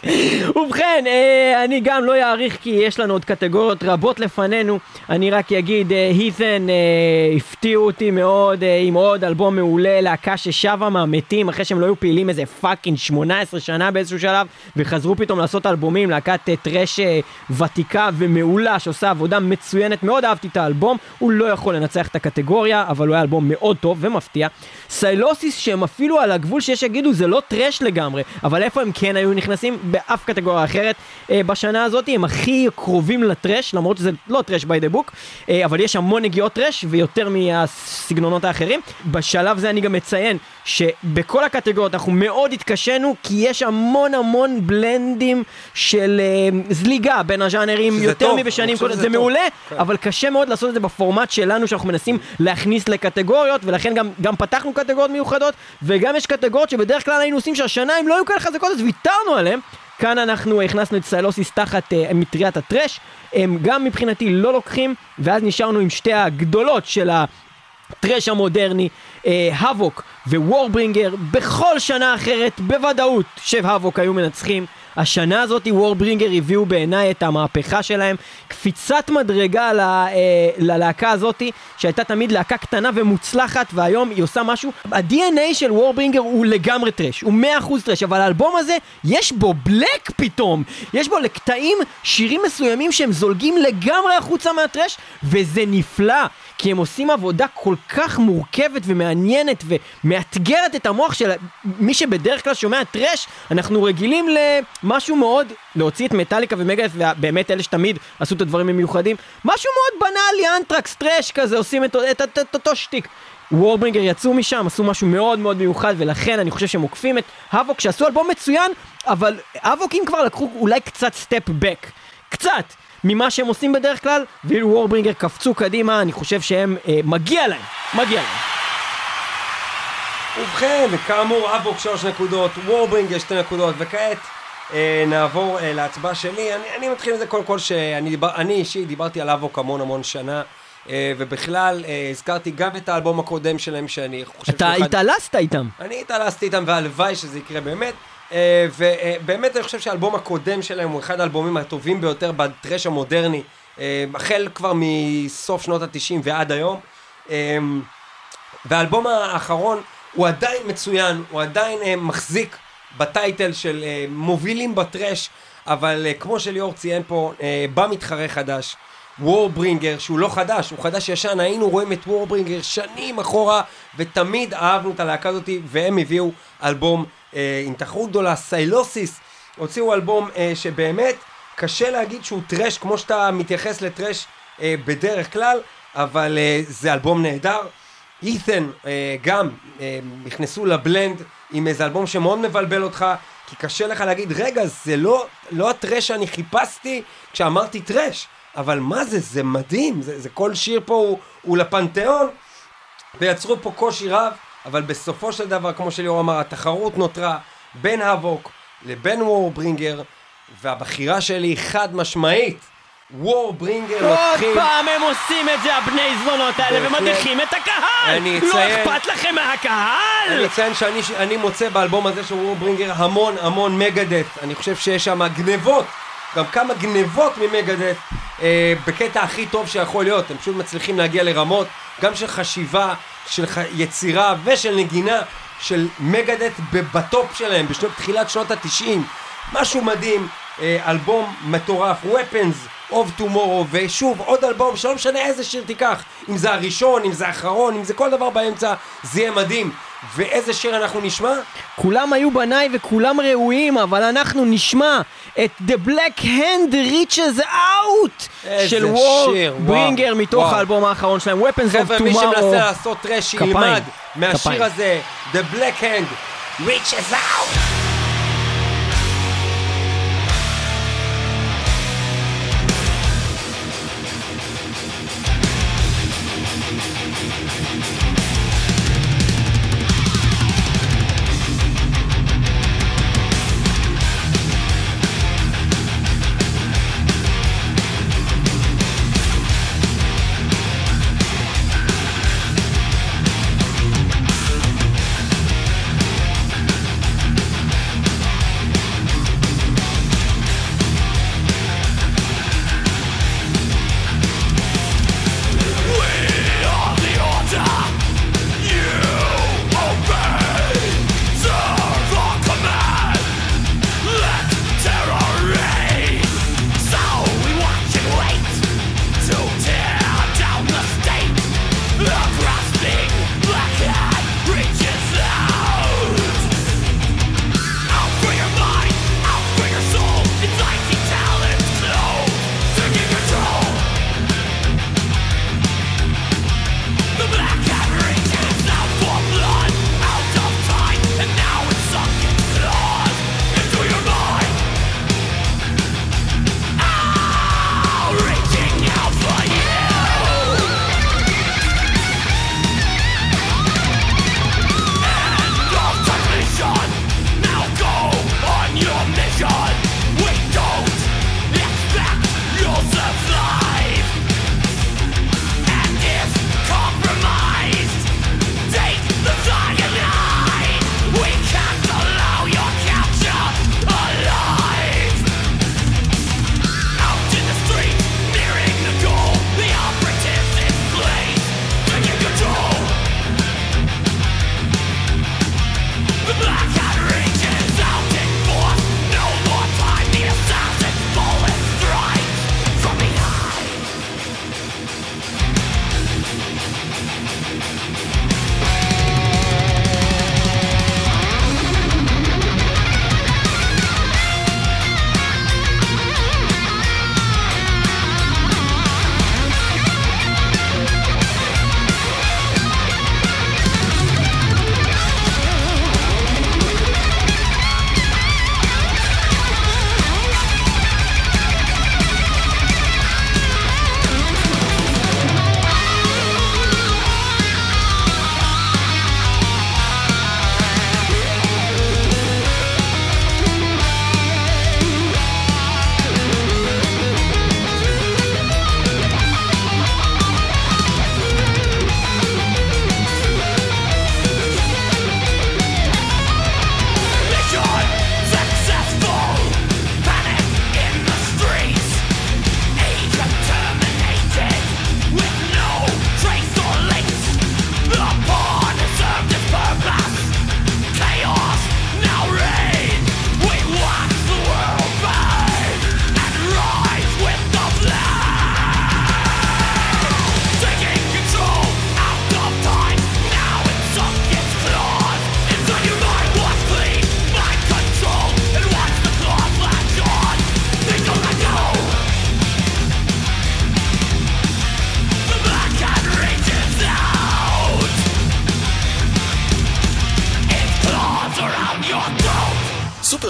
S1: ובכן, אני גם לא יעריך כי יש לנו עוד קטגוריות רבות לפנינו. אני רק אגיד, הית'ן הפתיעו אותי מאוד עם עוד אלבום מעולה, להקה ששבה מהמתים אחרי שהם לא היו פעילים איזה פאקינג שמונה עשרה שנה באיזשהו שלב, וחזרו פתאום לעשות אלבומים, להקת טרש ותיקה ומעולה שעושה עבודה מצוינת. מאוד אהבתי את האלבום, הוא לא יכול לנצח את הקטגוריה, אבל הוא היה אלבום מאוד טוב ומפתיע. סיילוסיס שהם אפילו על הגבול שיש יגידו זה לא טרש לגמרי, אבל איפה הם כן היו נכנסים? באף קטגוריה אחרת אה, בשנה הזאת. הם הכי קרובים לטרש, למרות שזה לא טרש by the book, אה, אבל יש המון נגיעות טרש ויותר מהסגנונות האחרים. בשלב זה אני גם מציין שבכל הקטגוריות אנחנו מאוד התקשנו, כי יש המון המון בלנדים של אה, זליגה בין הז'אנרים יותר מבשנים קודם. זה, זה מעולה, כן. אבל קשה מאוד לעשות את זה בפורמט שלנו שאנחנו מנסים להכניס לקטגוריות, ולכן גם, גם פתחנו קטגוריות מיוחדות, וגם יש קטגוריות שבדרך כלל היינו עושים שהשנה הם לא היו כאלה חזקות, אז ויתרנו עליהם. כאן אנחנו הכנסנו את סיילוסיס תחת uh, מטריית הטרש, הם גם מבחינתי לא לוקחים, ואז נשארנו עם שתי הגדולות של הטרש המודרני, הבוק ווורברינגר. בכל שנה אחרת בוודאות שהבוק היו מנצחים. השנה הזאת וורברינגר הביאו בעיניי את המהפכה שלהם, קפיצת מדרגה ל, אה, ללהקה הזאת שהייתה תמיד להקה קטנה ומוצלחת, והיום היא עושה משהו. ה-די אן איי של וורברינגר הוא לגמרי טרש, הוא מאה אחוז טרש, אבל האלבום הזה יש בו בלק פתאום, יש בו לקטעים שירים מסוימים שהם זולגים לגמרי החוצה מהטרש, וזה נפלא. כי הם עושים עבודה כל כך מורכבת ומעניינת ומאתגרת את המוח של מי שבדרך כלל שומע טרש. אנחנו רגילים למשהו מאוד, להוציא את מטאליקה ומגדף, ובאמת אלה שתמיד עשו את הדברים המיוחדים, משהו מאוד בנאלי, אנטרקס, טרש כזה, עושים את, את, את, את אותו שטיק. וורברינגר יצאו משם, עשו משהו מאוד מאוד מיוחד, ולכן אני חושב שהם עוקפים את הבוק, שעשו אלבום מצוין, אבל הבוקים כבר לקחו אולי קצת סטפ בק, קצת ממה שהם עושים בדרך כלל, ואילו וורברינגר קפצו קדימה. אני חושב שהם אה, מגיע להם, מגיע להם.
S2: ובכן, כאמור, אבוק שלוש נקודות, וורברינגר שתי נקודות, וכעת אה, נעבור אה, להצבעה שלי. אני, אני מתחיל עם זה קודם כל שאני דיבר, אני אישי דיברתי על אבוק המון המון שנה, אה, ובכלל אה, הזכרתי גם את האלבום הקודם שלהם שאני חושב...
S1: אתה התעלסת איתם.
S2: אני התעלסתי איתם, והלוואי שזה יקרה באמת. Uh, ובאמת אני חושב שהאלבום הקודם שלהם הוא אחד האלבומים הטובים ביותר בטרש המודרני, uh, החל כבר מסוף שנות ה-תשעים ועד היום. uh, והאלבום האחרון הוא עדיין מצוין, הוא עדיין uh, מחזיק בטייטל של uh, מובילים בטרש, אבל uh, כמו שליאור ציין פה, uh, בא מתחרה חדש, וורברינגר, שהוא לא חדש, הוא חדש ישן. היינו רואים את וורברינגר שנים אחורה, ותמיד אהבנו את הלהקה הזאת, והם הביאו אלבום עם תחרות גדולה. סיילוסיס הוציאו אלבום שבאמת קשה להגיד שהוא טרש כמו שאתה מתייחס לטרש בדרך כלל, אבל זה אלבום נהדר. הית'ן גם נכנסו לבלנד עם איזה אלבום שמאוד מבלבל אותך, כי קשה לך להגיד רגע זה לא, לא הטרש שאני חיפשתי כשאמרתי טרש, אבל מה זה, זה מדהים, זה, זה כל שיר פה הוא, הוא לפנתיאון, ויצרו פה קושי רב. אבל בסופו של דבר, כמו שליאור אמר, התחרות נותרה בין הבוק לבין וורברינגר, והבחירה שלי חד משמעית, וורברינגר לוקחים...
S1: עוד פעם הם עושים את זה, הבני זונות האלה, ומדיחים את הקהל! לא אכפת לכם מהקהל!
S2: אני אציין שאני מוצא באלבום הזה של וורברינגר המון המון מגדף. אני חושב שיש שם גנבות, גם כמה גנבות ממגדף, אה, בקטע הכי טוב שיכול להיות. הם פשוט מצליחים להגיע לרמות, גם של חשיבה, של יצירה ושל נגינה של מגדף בטופ שלהם בשנות תחילת שנות ה-תשעים. משהו מדהים, אלבום מטורף, Weapons of Tomorrow, ושוב עוד אלבום שלא משנה איזה שיר תיקח, אם זה הראשון, אם זה האחרון, אם זה כל דבר באמצע, זה יהיה מדהים. ואיזה שיר אנחנו נשמע?
S1: כולם היו בניי וכולם ראויים, אבל אנחנו נשמע את The Black Hand Reaches Out של וורברינגר מתוך האלבום האחרון שלהם, Weapons of Tomorrow.
S2: חבר'ה, מי שמנסה לעשות טרש ילמד מהשיר הזה, The Black Hand Reaches Out.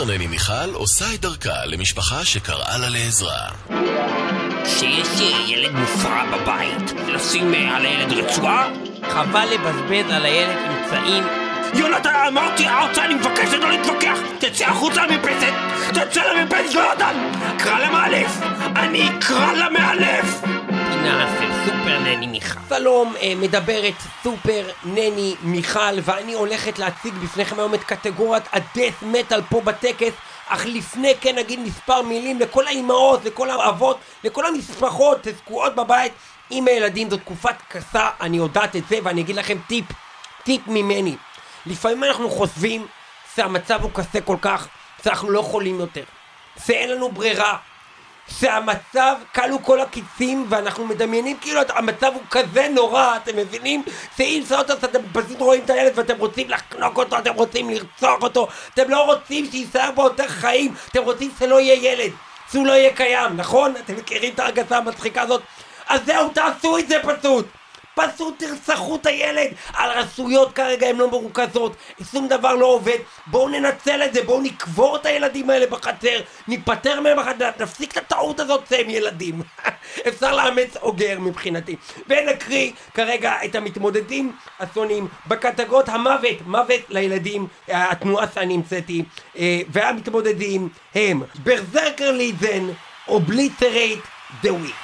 S5: סופר נני מיכל עושה את דרכה למשפחה שקראה לה לעזרה.
S6: שיש ילד מופרע בבית, לשים על הילד רצועה?
S2: חבל לבזבז על הילד אמצעים.
S6: יונתן, אמרתי, ארצה, אני מבקש לא להתווכח. תצא החוצה למרפסת, תצא למרפסת, יונתן. קרא למאלף, אני אקרא למאלף.
S2: פינה של סופר נני מיכל. שלום, מדברת סופר נני מיכל, ואני הולכת להציג בפניכם היום את קטגוריית הדף מטל פה בטקס, אך לפני כן נגיד מספר מילים לכל האימהות, לכל האבות, לכל המשפחות תסקועות בבית עם הילדים. זו תקופת קשה, אני יודעת את זה, ואני אגיד לכם טיפ, טיפ ממני. לפעמים אנחנו חושבים שהמצב הוא קשה כל כך, שאנחנו לא יכולים יותר, שאין לנו ברירה, שהמצב קלו כל הקיצים, ואנחנו מדמיינים כאילו המצב הוא כזה נורא, אתם מבינים? שאם שעות אתם פשוט רואים את הילד ואתם רוצים לחנוק אותו, אתם רוצים לרצוח אותו, אתם לא רוצים שישאר בו יותר חיים, אתם רוצים שלא יהיה ילד, שהוא לא יהיה קיים, נכון? אתם מכירים את הרגשה המצחיקה הזאת? אז זהו, תעשו את זה פשוט, פשוט תרצחו את הילד. על רשויות כרגע הן לא מרוכזות, שום דבר לא עובד, בואו ננצל את זה, בואו נקבור את הילדים האלה בחצר, ניפטר מהם בחצר, נפסיק את הטעות הזאת שהם ילדים. אפשר לאמץ אוגר מבחינתי. ונקריא כרגע את המתמודדים השונים בקטגוריות המוות, מוות לילדים, התנועה שאני המצאתי, והמתמודדים הם ברזרקר ליזן, אובליטרייט דה וויק.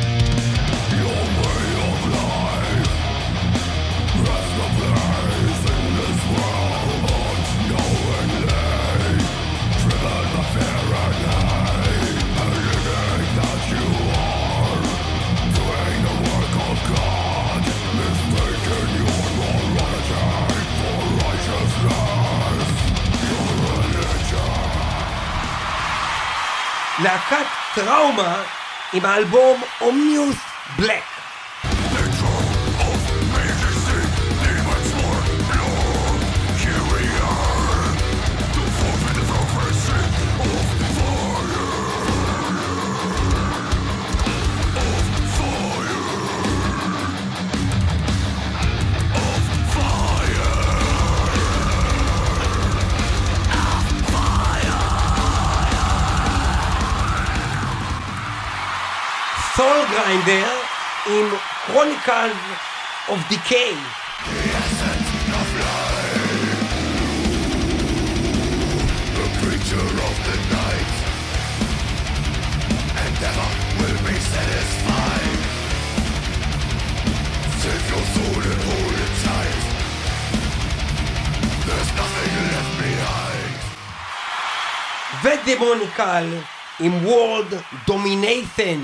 S2: להקת טראומה עם האלבום אומניוס בלק. סול גריינדר עם Chronicles of Decay. The creature of the night and never will be satisfied. Save your soul and hold it tight. There's nothing left behind. ודמוניקל עם World Domination.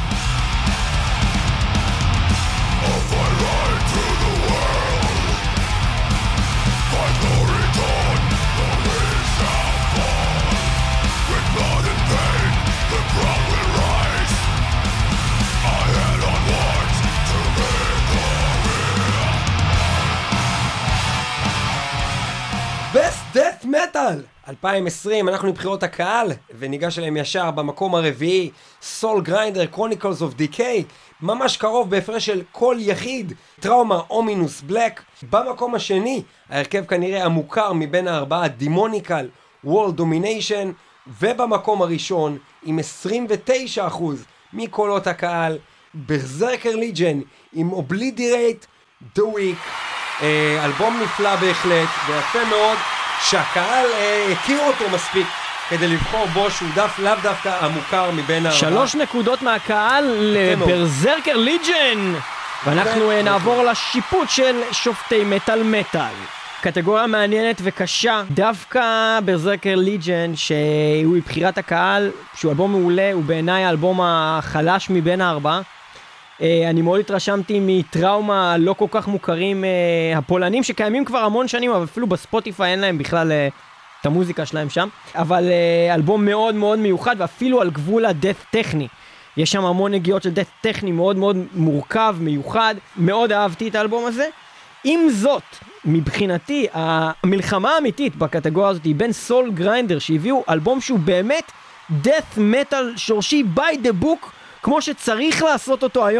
S2: Best Death Metal אלפיים עשרים, אנחנו מבחירות הקהל וניגש אליהם ישר במקום הרביעי, סול גריינדר Chronicles of Decay, ממש קרוב בהפרש של כל יחיד, טראומה אומינוס בלק. במקום השני, ההרכב כנראה המוכר מבין הארבעה, דימוניקל World Domination, ובמקום הראשון עם עשרים ותשעה אחוז מקולות הקהל, ברזרקר ליג'ן עם Obliterate the Weak. אלבום נפלא בהחלט, ויפה מאוד שהקהל הכיר אותו מספיק כדי לבחור בו, שהוא דף לאו דווקא המוכר מבין הארבעה.
S1: שלוש נקודות מהקהל לברזרקר ליג'ן, ואנחנו נעבור לשיפוט של שופטי מטל מטל. קטגוריה מעניינת וקשה, דווקא ברזרקר ליג'ן, שהוא בחירת הקהל, שהוא אלבום מעולה, הוא בעיניי האלבום החלש מבין הארבעה. אני מאוד התרשמתי מטראומה לא כל כך מוכרים הפולנים שקיימים כבר המון שנים, אבל אפילו בספוטיפיי אין להם בכלל את המוזיקה שלהם שם. אבל אלבום מאוד מאוד מיוחד, ואפילו על גבול הדאט טכני. יש שם המון נגיעות של דאט טכני מאוד מאוד מורכב, מיוחד. מאוד אהבתי את האלבום הזה. עם זאת, מבחינתי, המלחמה האמיתית בקטגוריה הזאת היא בין סול גריינדר, שהביאו אלבום שהוא באמת דאט מטל שורשי by the book, כמו שצריך לעשות אותו היום,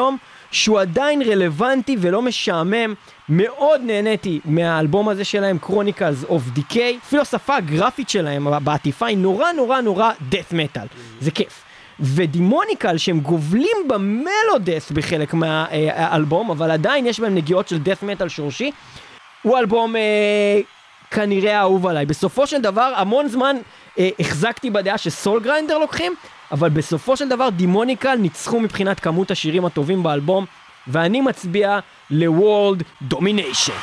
S1: שהוא עדיין רלוונטי ולא משעמם. מאוד נהניתי מהאלבום הזה שלהם, Chronicles of Decay. אפילו השפה הגרפית שלהם בעטיפה היא נורא נורא נורא death metal. זה כיף. ודימוניקל שהם גובלים במלודס בחלק מהאלבום, אבל עדיין יש בהם נגיעות של death metal שורשי. הוא אלבום אה, כנראה אהוב עליי. בסופו של דבר, המון זמן אה, החזקתי בדעה שסול גריינדר לוקחים, אבל בסופו של דבר דימוניקל ניצחו מבחינת כמות השירים הטובים באלבום, ואני מצביע ל-World Domination.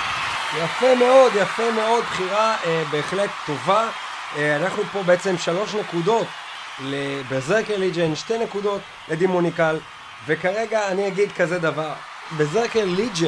S2: יפה מאוד, יפה מאוד, בחירה אה, בהחלט טובה. אה, אנחנו פה בעצם שלוש נקודות לברזרקר ליג'ן, שתי נקודות לדימוניקל, וכרגע אני אגיד כזה דבר. ברזרקר ליג'ן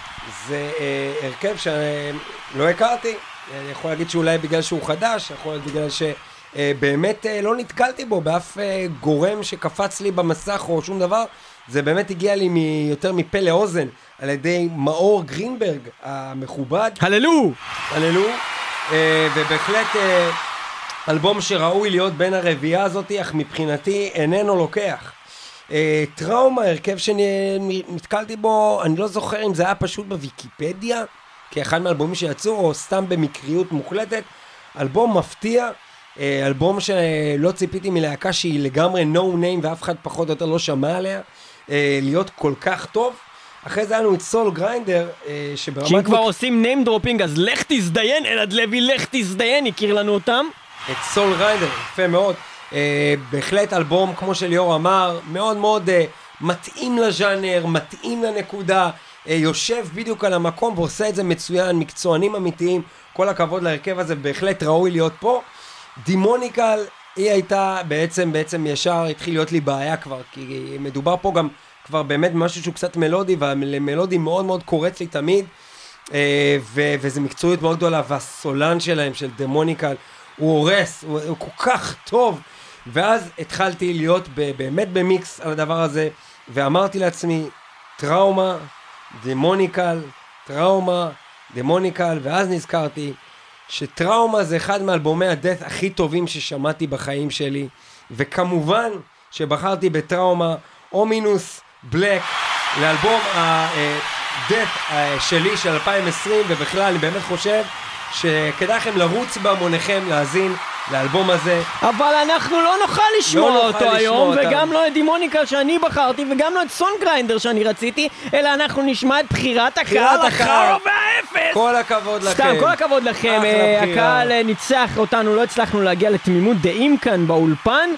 S2: זה אה, הרכב שלא הכרתי, אני יכול להגיד שאולי בגלל שהוא חדש, יכול להיות בגלל שבאמת אה, אה, לא נתקלתי בו באף אה, גורם שקפץ לי במסך או שום דבר. זה באמת הגיע לי מ- יותר מפה לאוזן על ידי מאור גרינברג המכובד.
S1: הללו!
S2: הללו, אה, ובהחלט אה, אלבום שראוי להיות בין הרביעייה הזאת, אך מבחינתי איננו לוקח. אה, טראומה, הרכב שנתקלתי בו, אני לא זוכר אם זה היה פשוט בוויקיפדיה, כאחד מהאלבומים שיצאו, או סתם במקריות מוחלטת. אלבום מפתיע, אה, אלבום שלא ציפיתי מלהקה שהיא לגמרי no name ואף אחד פחות או יותר לא שמע עליה, אה, להיות כל כך טוב. אחרי זה היינו את סול גריינדר, אה, שברמת...
S1: שאם כבר עושים name dropping, אז לך תזדיין, אלעד לוי, לך תזדיין, הכיר לנו אותם.
S2: את סול גריינדר, יפה מאוד. אה, בהחלט אלבום, כמו שליאור אמר, מאוד מאוד אה, מתאים לז'אנר, מתאים לנקודה, אה, יושב בדיוק על המקום ועושה את זה מצוין, מקצוענים אמיתיים, כל הכבוד להרכב הזה, בהחלט ראוי להיות פה. דימוניקל, היא הייתה בעצם, בעצם ישר התחיל להיות לי בעיה כבר, כי מדובר פה גם כבר באמת משהו שהוא קצת מלודי, והמלודי מאוד מאוד קורץ לי תמיד, אה, ו- וזה מקצועיות מאוד גדולה, והסולן שלהם, של דימוניקל, הוא הורס, הוא, הוא כל כך טוב, ואז התחלתי להיות ב- באמת במיקס על הדבר הזה, ואמרתי לעצמי, טראומה, דימוניקל, טראומה, דימוניקל, ואז נזכרתי שטראומה זה אחד מאלבומי הדאט הכי טובים ששמעתי בחיים שלי, וכמובן שבחרתי בטראומה אומינוס בלק לאלבום הדאט שלי של אלפיים עשרים, ובכלל אני באמת חושב שכדאי לכם לרוץ בהמוניכם להאזין לאלבום הזה.
S1: אבל אנחנו לא נוכל לשמוע
S2: לא
S1: אותו
S2: נוכל
S1: היום,
S2: לשמוע
S1: וגם
S2: אותם.
S1: לא את דימוניקל שאני בחרתי, וגם לא את סון גריינדר שאני רציתי, אלא אנחנו נשמע את בחירת הקהל,
S2: הקהל.
S1: החרא והאפס!
S2: כל הכבוד לכם.
S1: סתם, כל הכבוד לכם,
S2: אחלה
S1: אה,
S2: בחירה.
S1: הקהל אה, ניצח אותנו, לא הצלחנו להגיע לתמימות דעים כאן באולפן,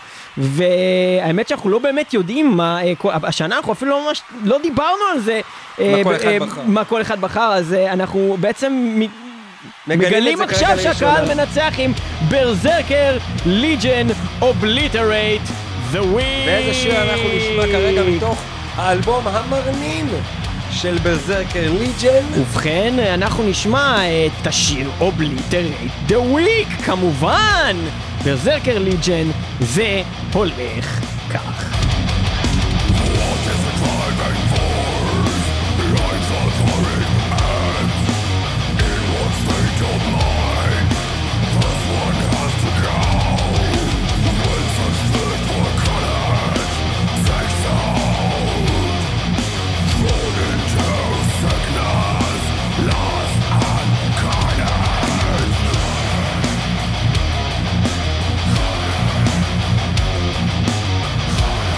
S1: והאמת שאנחנו לא באמת יודעים מה, אה, כל- השנה אנחנו אפילו לא ממש, לא דיברנו על זה, אה,
S2: מה כל אחד
S1: אה,
S2: בחר.
S1: מה כל אחד בחר, אז אה, אנחנו בעצם מ- מגלים
S2: את זה
S1: עכשיו
S2: כרגע
S1: שהקהל
S2: לראשונה.
S1: מנצח עם ברזרקר ליג'ן אובליטרייט The Week.
S2: ואיזה שיר אנחנו נשמע כרגע מתוך האלבום המרנין של ברזרקר ליג'ן.
S1: ובכן, אנחנו נשמע את השיר אובליטרייט The Week, כמובן. ברזרקר ליג'ן, זה הולך כך.
S4: Lost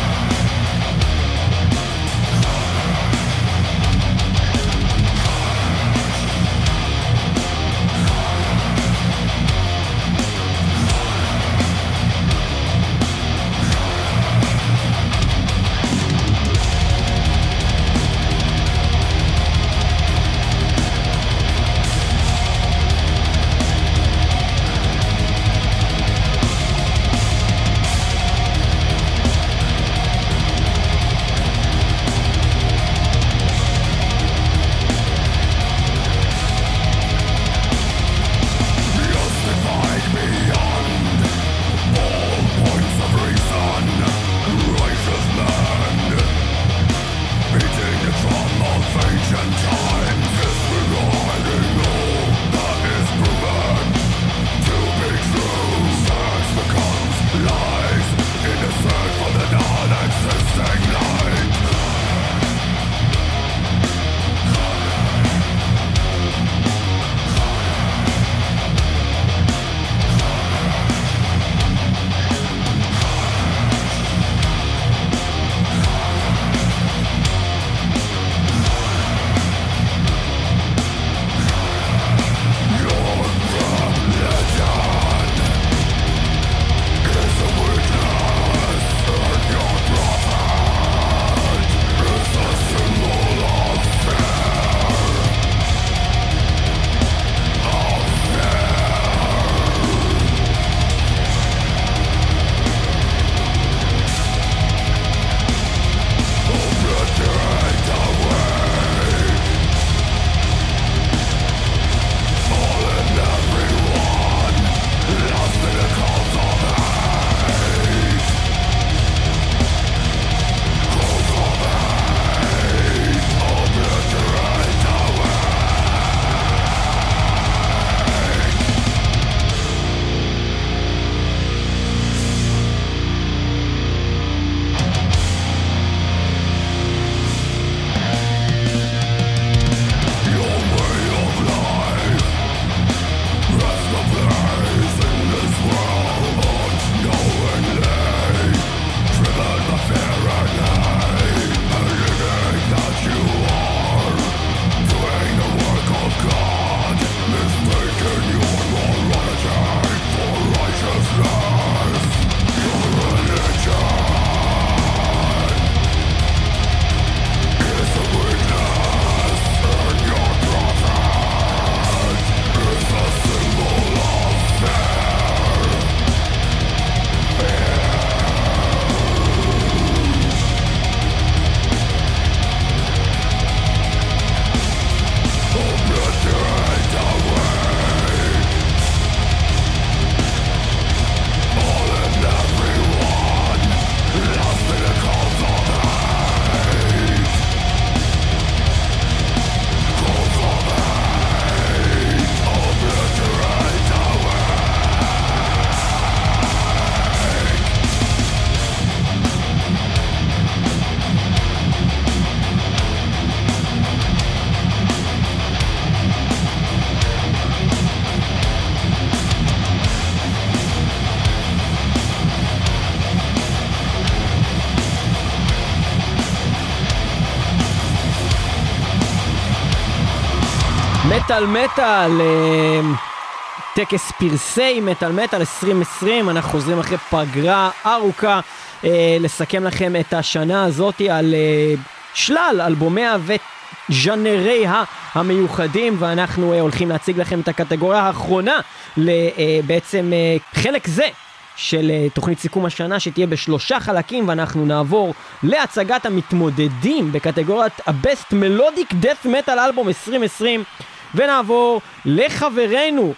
S1: מטל מטל, טקס פרסי מטל מטל עשרים עשרים, אנחנו חוזרים אחרי פגרה ארוכה לסכם לכם את השנה הזאת על שלל אלבומיה וז'אנריה המיוחדים, ואנחנו הולכים להציג לכם את הקטגוריה האחרונה בעצם חלק זה של תוכנית סיכום השנה שתהיה בשלושה חלקים, ואנחנו נעבור להצגת המתמודדים בקטגוריית ה-Best Melodic Death Metal Album עשרים עשרים, ונעבור לחברנו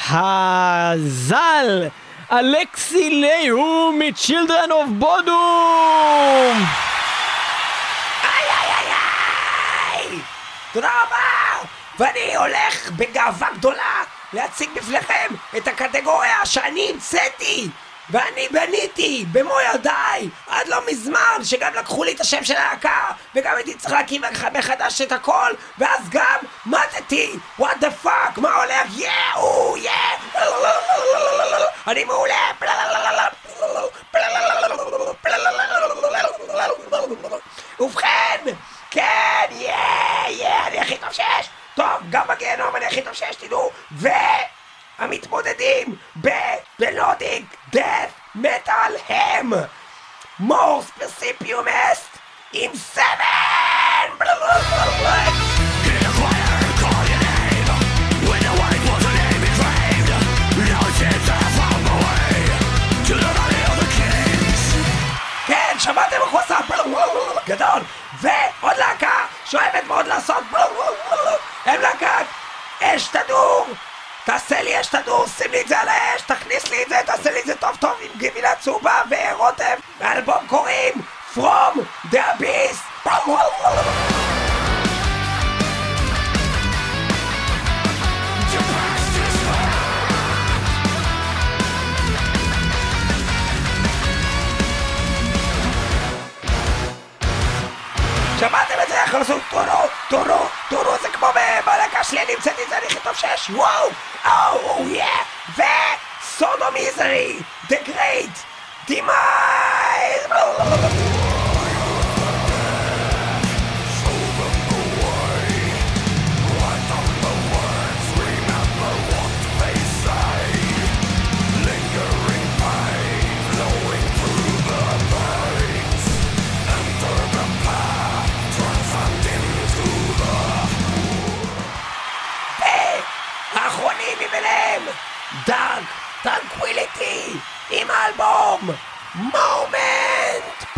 S1: הזל אלכסי ליהו מ-Children of Bodom.
S6: איי איי איי איי, תודה רבה, ואני הולך בגאווה גדולה להציג בפניכם את הקטגוריה שאני המצאתי ואני בניתי במו ידיי עד לא מזמן, שגם לקחו לי את השם של הלהקה וגם הייתי צריך להקים מחדש את הכל, ואז גם מתתי. what the fuck, מה הולך? יאו יא אני מעולה. ובכן, כן, יא יא אני הכי טוב שיש. טוב, גם בגיהנום אני הכי טוב שיש, תדעו. והמתמודדים בבלודיק דאט מטל הם מורס פרסיפיומסט עם סבן. כן, שמעתם החוסה גדול. ועוד להקה שאוהבת מאוד לעשות הם להקת אש תדור. תעשה לי אש תדור, שים לי את זה על האש, תכניס לי את זה, תעשה לי את זה טוב טוב עם גבינה צהובה ורוטב. האלבום קוראים From the Abyss. שמעתם את זה? יכול לעשות טורו, טורו, טורו, זה כמו בלהקה שלי, אני המצאתי את זה, אני הכי טוב שיש. וואו, או, יא, וסודומיזרי, The Great Demise. האחרונים מביניהם דארק טרנקוויליטי עם האלבום מומנט.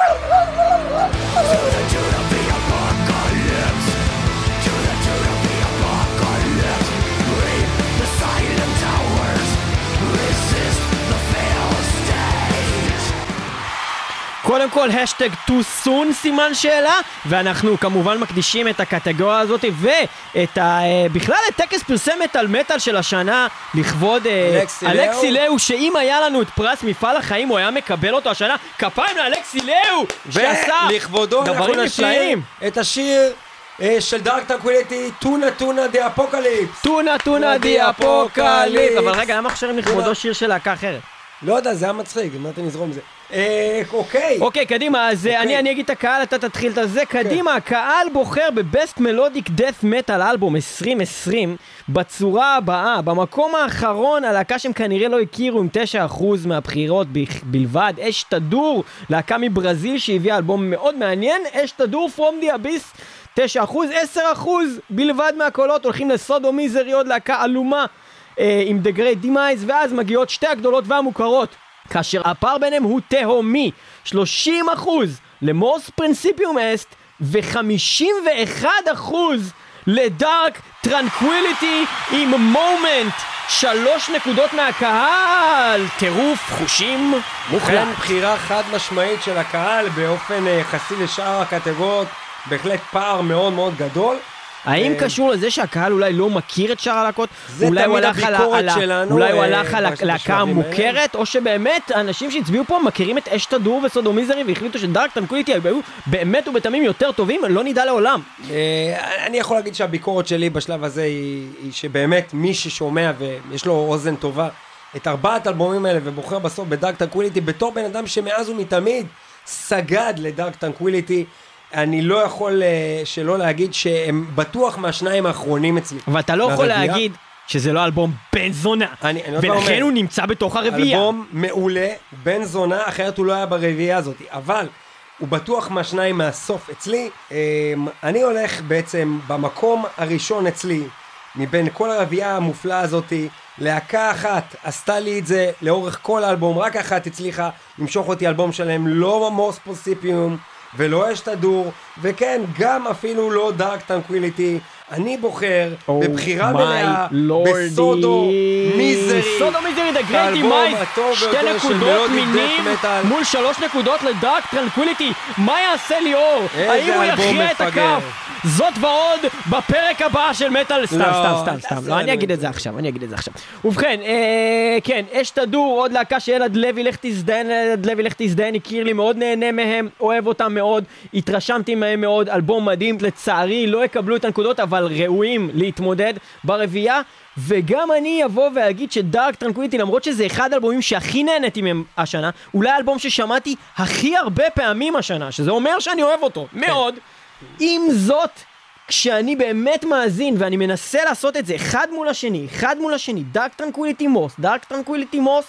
S1: קודם כל, השטג too soon סימן שאלה, ואנחנו כמובן מקדישים את הקטגוריה הזאת ואת ה... בכלל את טקס פרסי מטל מטל של השנה לכבוד אלכסי ליהו, שאם היה לנו את פרס מפעל החיים הוא היה מקבל אותו השנה. כפיים לאלכסי ליהו שעשה
S2: ולכבודו אנחנו נשיר את השיר של דארק טרנקוויליטי, טונה טונה די אפוקליפס.
S1: טונה טונה די אפוקליפס. אבל רגע, למה חשרים לכבודו שיר של להקה אחרת?
S2: לא יודע, זה היה מצחיק, מה אתה נזרום זה? אוקיי.
S1: אוקיי, קדימה, אז אני אני אגיד את הקהל, אתה תתחיל את זה. קדימה, הקהל בוחר בבסט מלודיק דאט מטל אלבום עשרים עשרים בצורה הבאה. במקום האחרון, הלהקה שהם כנראה לא הכירו עם תשע אחוז מהבחירות בלבד, אש תדור, להקה מברזיל שהביאה אלבום מאוד מעניין, אש תדור From the Abyss, תשע אחוז, עשר אחוז בלבד מהקולות הולכים לסודומיזרי, עוד להקה אלומה עם The Great Demise, ואז מגיעות שתי הגדולות והמוכרות, כאשר הפער ביניהם הוא תהומי, שלושים אחוז למורס פרינסיפיומסט ו-חמישים ואחד אחוז לדארק טרנקוויליטי עם מומנט. שלוש נקודות מהקהל, טירוף חושים מוחלט.
S2: כן, בחירה חד משמעית של הקהל באופן יחסי לשאר הקטגוריות, בהחלט פער מאוד מאוד גדול.
S1: האם קשור לזה שהקהל אולי לא מכיר את שאר הלהקות?
S2: זה תמיד הביקורת שלנו.
S1: אולי הוא הלך על הלהקה המוכרת, או שבאמת האנשים שהצביעו פה מכירים את אש תדור וסודומיזרי והחליטו שדארק טרנקוויליטי היו באמת ובתמים יותר טובים, לא נדע לעולם.
S2: אני יכול להגיד שהביקורת שלי בשלב הזה היא שבאמת מי ששומע ויש לו אוזן טובה את ארבעת אלבומים האלה ובוחר בסוף בדארק טרנקוויליטי בתור בן אדם שמאז ומתמיד סגד לדארק טרנקוויליטי, אני לא יכול uh, שלא להגיד שהם בטוח מהשניים האחרונים אצלי.
S1: אבל אתה לא יכול להגיד שזה לא אלבום בן זונה,
S2: אני, אני
S1: ולכן הוא נמצא בתוך הרביעייה.
S2: אלבום מעולה, בן זונה, אחרת הוא לא היה ברביעייה הזאת, אבל הוא בטוח מהשניים מהסוף אצלי. אני הולך בעצם במקום הראשון אצלי, מבין כל הרביעייה המופלאה הזאת, להקה אחת עשתה לי את זה לאורך כל האלבום, רק אחת הצליחה למשוך אותי אלבום שלהם, לא מוס פוסיפיום ולא אש תדור, וכן, גם אפילו לא דארק טרנקוויליטי. אני בוחר oh בבחירה מלאה בסודו מיזרי.
S1: סודו מיזרי, The Great Demise, שתי נקודות מינים מול שלוש נקודות לדארק טרנקוויליטי. מה יעשה ליאור? האם הוא יכריע את הכף? זאת ועוד בפרק הבא של מטל. סתם, סתם, סתם, סתם. לא, אני אגיד את זה עכשיו, אני אגיד את זה עכשיו. ובכן, כן, אש תדור, עוד להקה שילד לוי לך תזדהן, ילד לוי לך תזדהן, הכיר לי, מאוד נהנה מהם, אוהב אותם מאוד, התרשמתי מהם מאוד, אלבום מדהים, לצערי לא יקבלו את הנקודות, אבל ראויים להתמודד ברביעייה. וגם אני אבוא ואגיד שדארק טרנקוויליטי, למרות שזה אחד האלבומים שהכי נהניתי מהם השנה, אולי האלבום ששמעתי הכי הרבה פעמים השנה, שזה אומר שאני אוהב אותו מאוד. עם זאת, כשאני באמת מאזין ואני מנסה לעשות את זה אחד מול השני, אחד מול השני, דארק טרנקוויליטי מוס, דארק טרנקוויליטי מוס,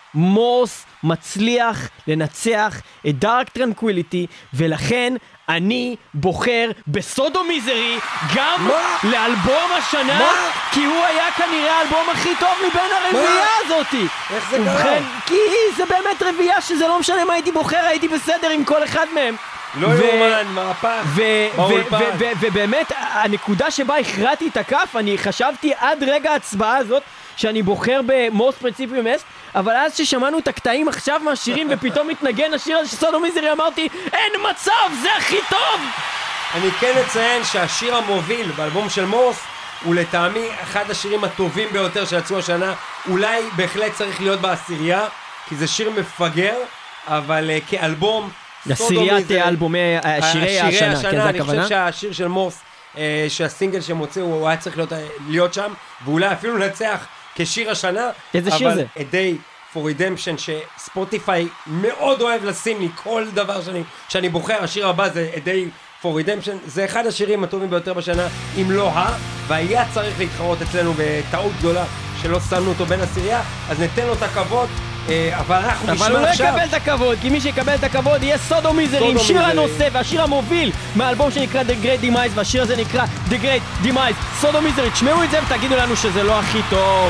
S1: מוס מצליח לנצח את דארק טרנקוויליטי, ולכן אני בוחר בסודו מיזרי גם מה? לאלבום השנה, מה? כי הוא היה כנראה האלבום הכי טוב מבין הרביעייה הזאתי.
S2: איך זה קרה?
S1: כי זה באמת רביעייה שזה לא משנה מה הייתי בוחר, הייתי בסדר עם כל אחד מהם.
S2: לא יומן, מהפך, באולפן.
S1: ובאמת, הנקודה שבה הכרעתי את הכף, אני חשבתי עד רגע ההצבעה הזאת, שאני בוחר במוס פרינציפיום אסט, אבל אז ששמענו את הקטעים עכשיו מהשירים, ופתאום מתנגן השיר הזה של סודו מיזרי, אמרתי, אין מצב, זה הכי טוב!
S2: אני כן אציין שהשיר המוביל באלבום של מוס, הוא לטעמי אחד השירים הטובים ביותר שיצאו השנה, אולי בהחלט צריך להיות בעשירייה, כי זה שיר מפגר, אבל uh, כאלבום,
S1: עשיריית אלבומי שירי השנה, כן, זה
S2: אני
S1: הכוונה?
S2: חושב שהשיר של מוס, uh, שהסינגל שמוצא, הוא היה צריך להיות, להיות שם, ואולי אפילו לנצח כשיר השנה.
S1: איזה שיר זה?
S2: אבל A Day for Redemption, שספוטיפיי מאוד אוהב לשים לי כל דבר שאני, שאני בוחר, השיר הבא זה A Day for Redemption, זה אחד השירים הטובים ביותר בשנה, אם לא ה, והיה צריך להתחרות אצלנו בטעות גדולה שלא שמנו אותו בין עשירייה, אז ניתן לו את הכבוד, אבל אנחנו נשמע עכשיו.
S1: אבל הוא לא יקבל את הכבוד, כי מי שיקבל את הכבוד יהיה סודו מיזרי עם שיר הנושא והשיר המוביל מהאלבום שנקרא The Great Demise, והשיר הזה נקרא The Great Demise. סודו מיזרי, תשמעו את זה ותגידו לנו שזה לא הכי טוב.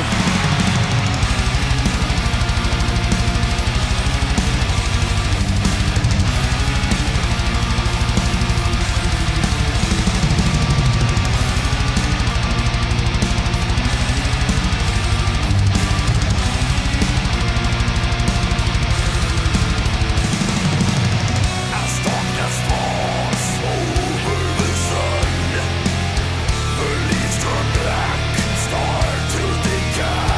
S4: Start to decay.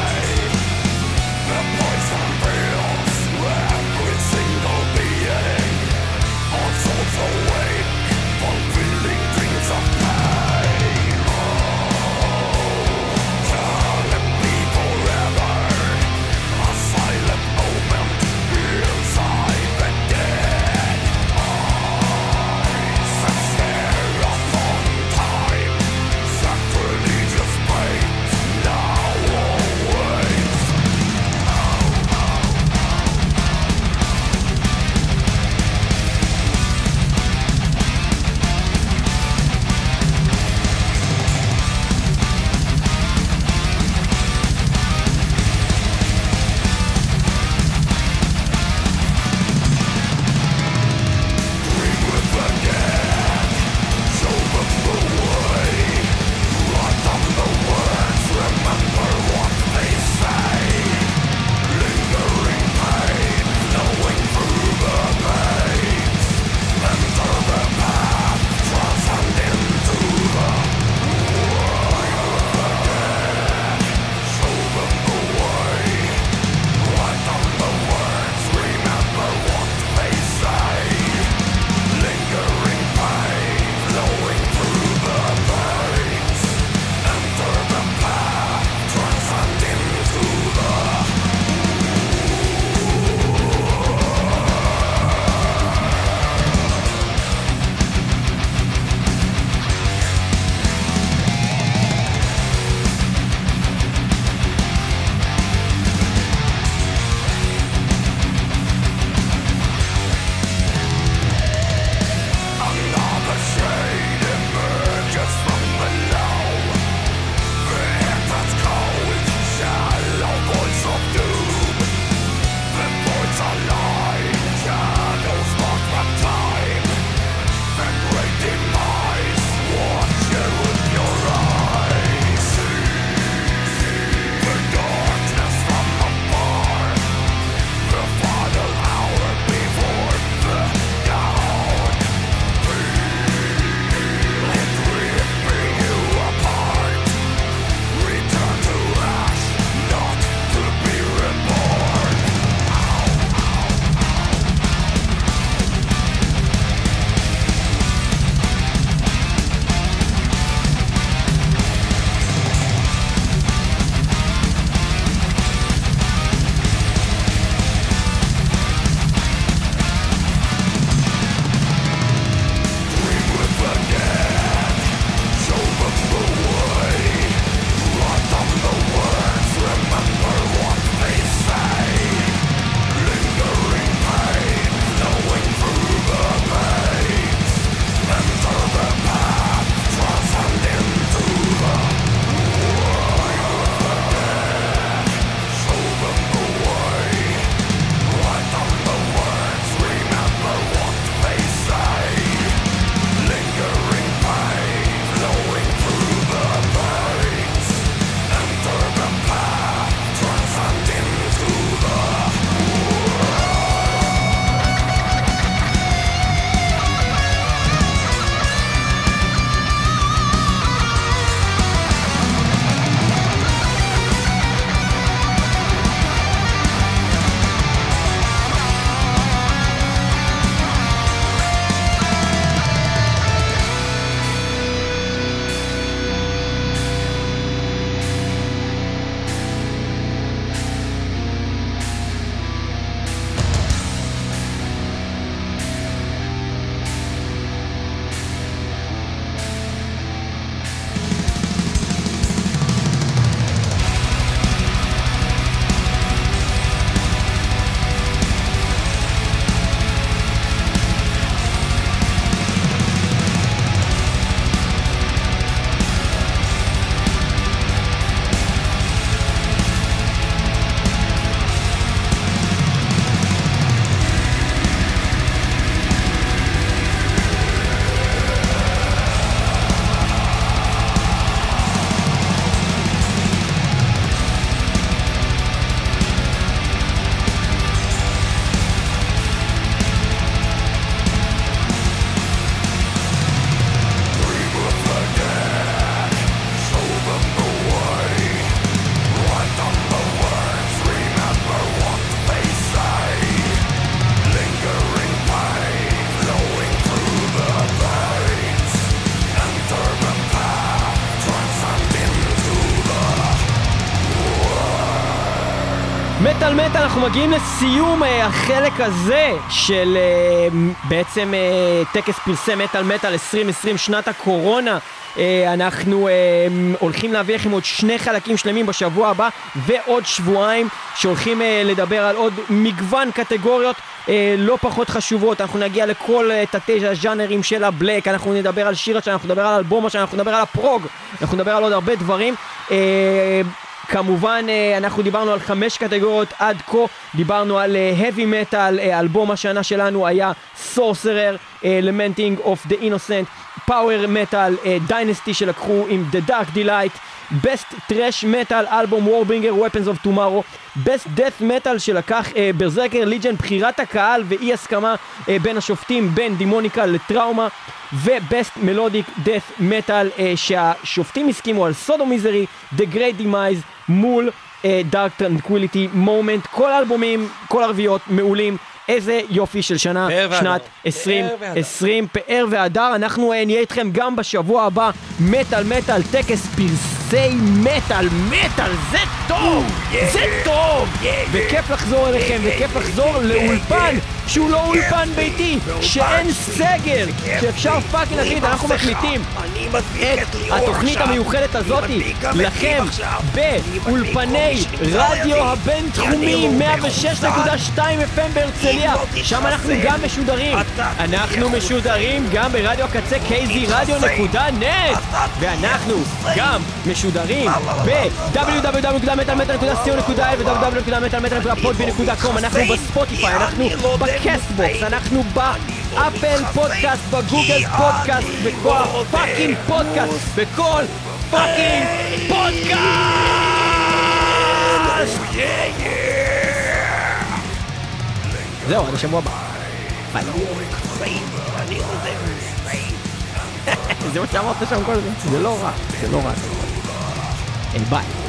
S1: מטל מטל, אנחנו מגיעים לסיום אה, החלק הזה של אה, בעצם אה, טקס פרסי מטל מטל עשרים עשרים, שנת הקורונה. אה, אנחנו אה, הולכים להביא לכם עוד שני חלקים שלמים בשבוע הבא ועוד שבועיים שהולכים אה, לדבר על עוד מגוון קטגוריות אה, לא פחות חשובות. אנחנו נגיע לכל אה, תתי הז'אנרים של הבלק, אנחנו נדבר על שירה, אנחנו נדבר על אלבומה, אנחנו נדבר על הפרוג, אנחנו נדבר על עוד הרבה דברים. אה, כמובן אנחנו דיברנו על חמש קטגוריות עד כה, דיברנו על heavy metal, אלבום השנה שלנו היה Sorcerer, Lamenting of the Innocent, Power Metal, Dynasty שלקחו עם The Dark Delight, Best Trash Metal, אלבום Warbringer, Weapons of Tomorrow, Best Death Metal שלקח ברזרקר ליג'ן, בחירת הקהל ואי הסכמה בין השופטים בין דימוניקה לטראומה, ו-Best Melodic Death Metal שהשופטים הסכימו על סודומיזרי, The Great Demise מול uh, Dark Tranquility Moment. כל האלבומים, כל הרביעות מעולים. איזה יופי של שנה, שנת עשרים עשרים, פאר והדר. אנחנו uh, נהיה איתכם גם בשבוע הבא. מטל מטל, טקס פרסי מטל מטל, זה טוב, זה טוב, וכיף לחזור אליכם, וכיף לחזור לאולפן שהוא לא אולפן ביתי, שאין סגר, שאפשר פאקינג להגיד, אנחנו מקליטים את התוכנית המיוחדת הזאת לכם באולפני רדיו הבינתחומי מאה ושש נקודה שתיים אף אם בהרצליה, שם אנחנו גם משודרים, אנחנו משודרים גם ברדיו הקצה קי זי רדיו נקודה נט, ואנחנו גם משודרים ב-דאבליו דאבליו דאבליו נקודה מטל מטל נקודה סי או נקודה איי ו-דאבליו דאבליו נקודה מטל מטל נקודה פודבין נקודה קום, אנחנו בספוטיפיי, אנחנו בקסטבוקס, אנחנו באפל פודקאסט, בגוגל פודקאסט, בכל פאקינג פודקאסט, בכל פאקינג פודקאסט. זהו, עד השבוע הבא. ביי. זה מה שאמרת שם כל זה, זה לא רע, זה לא רע. ביי.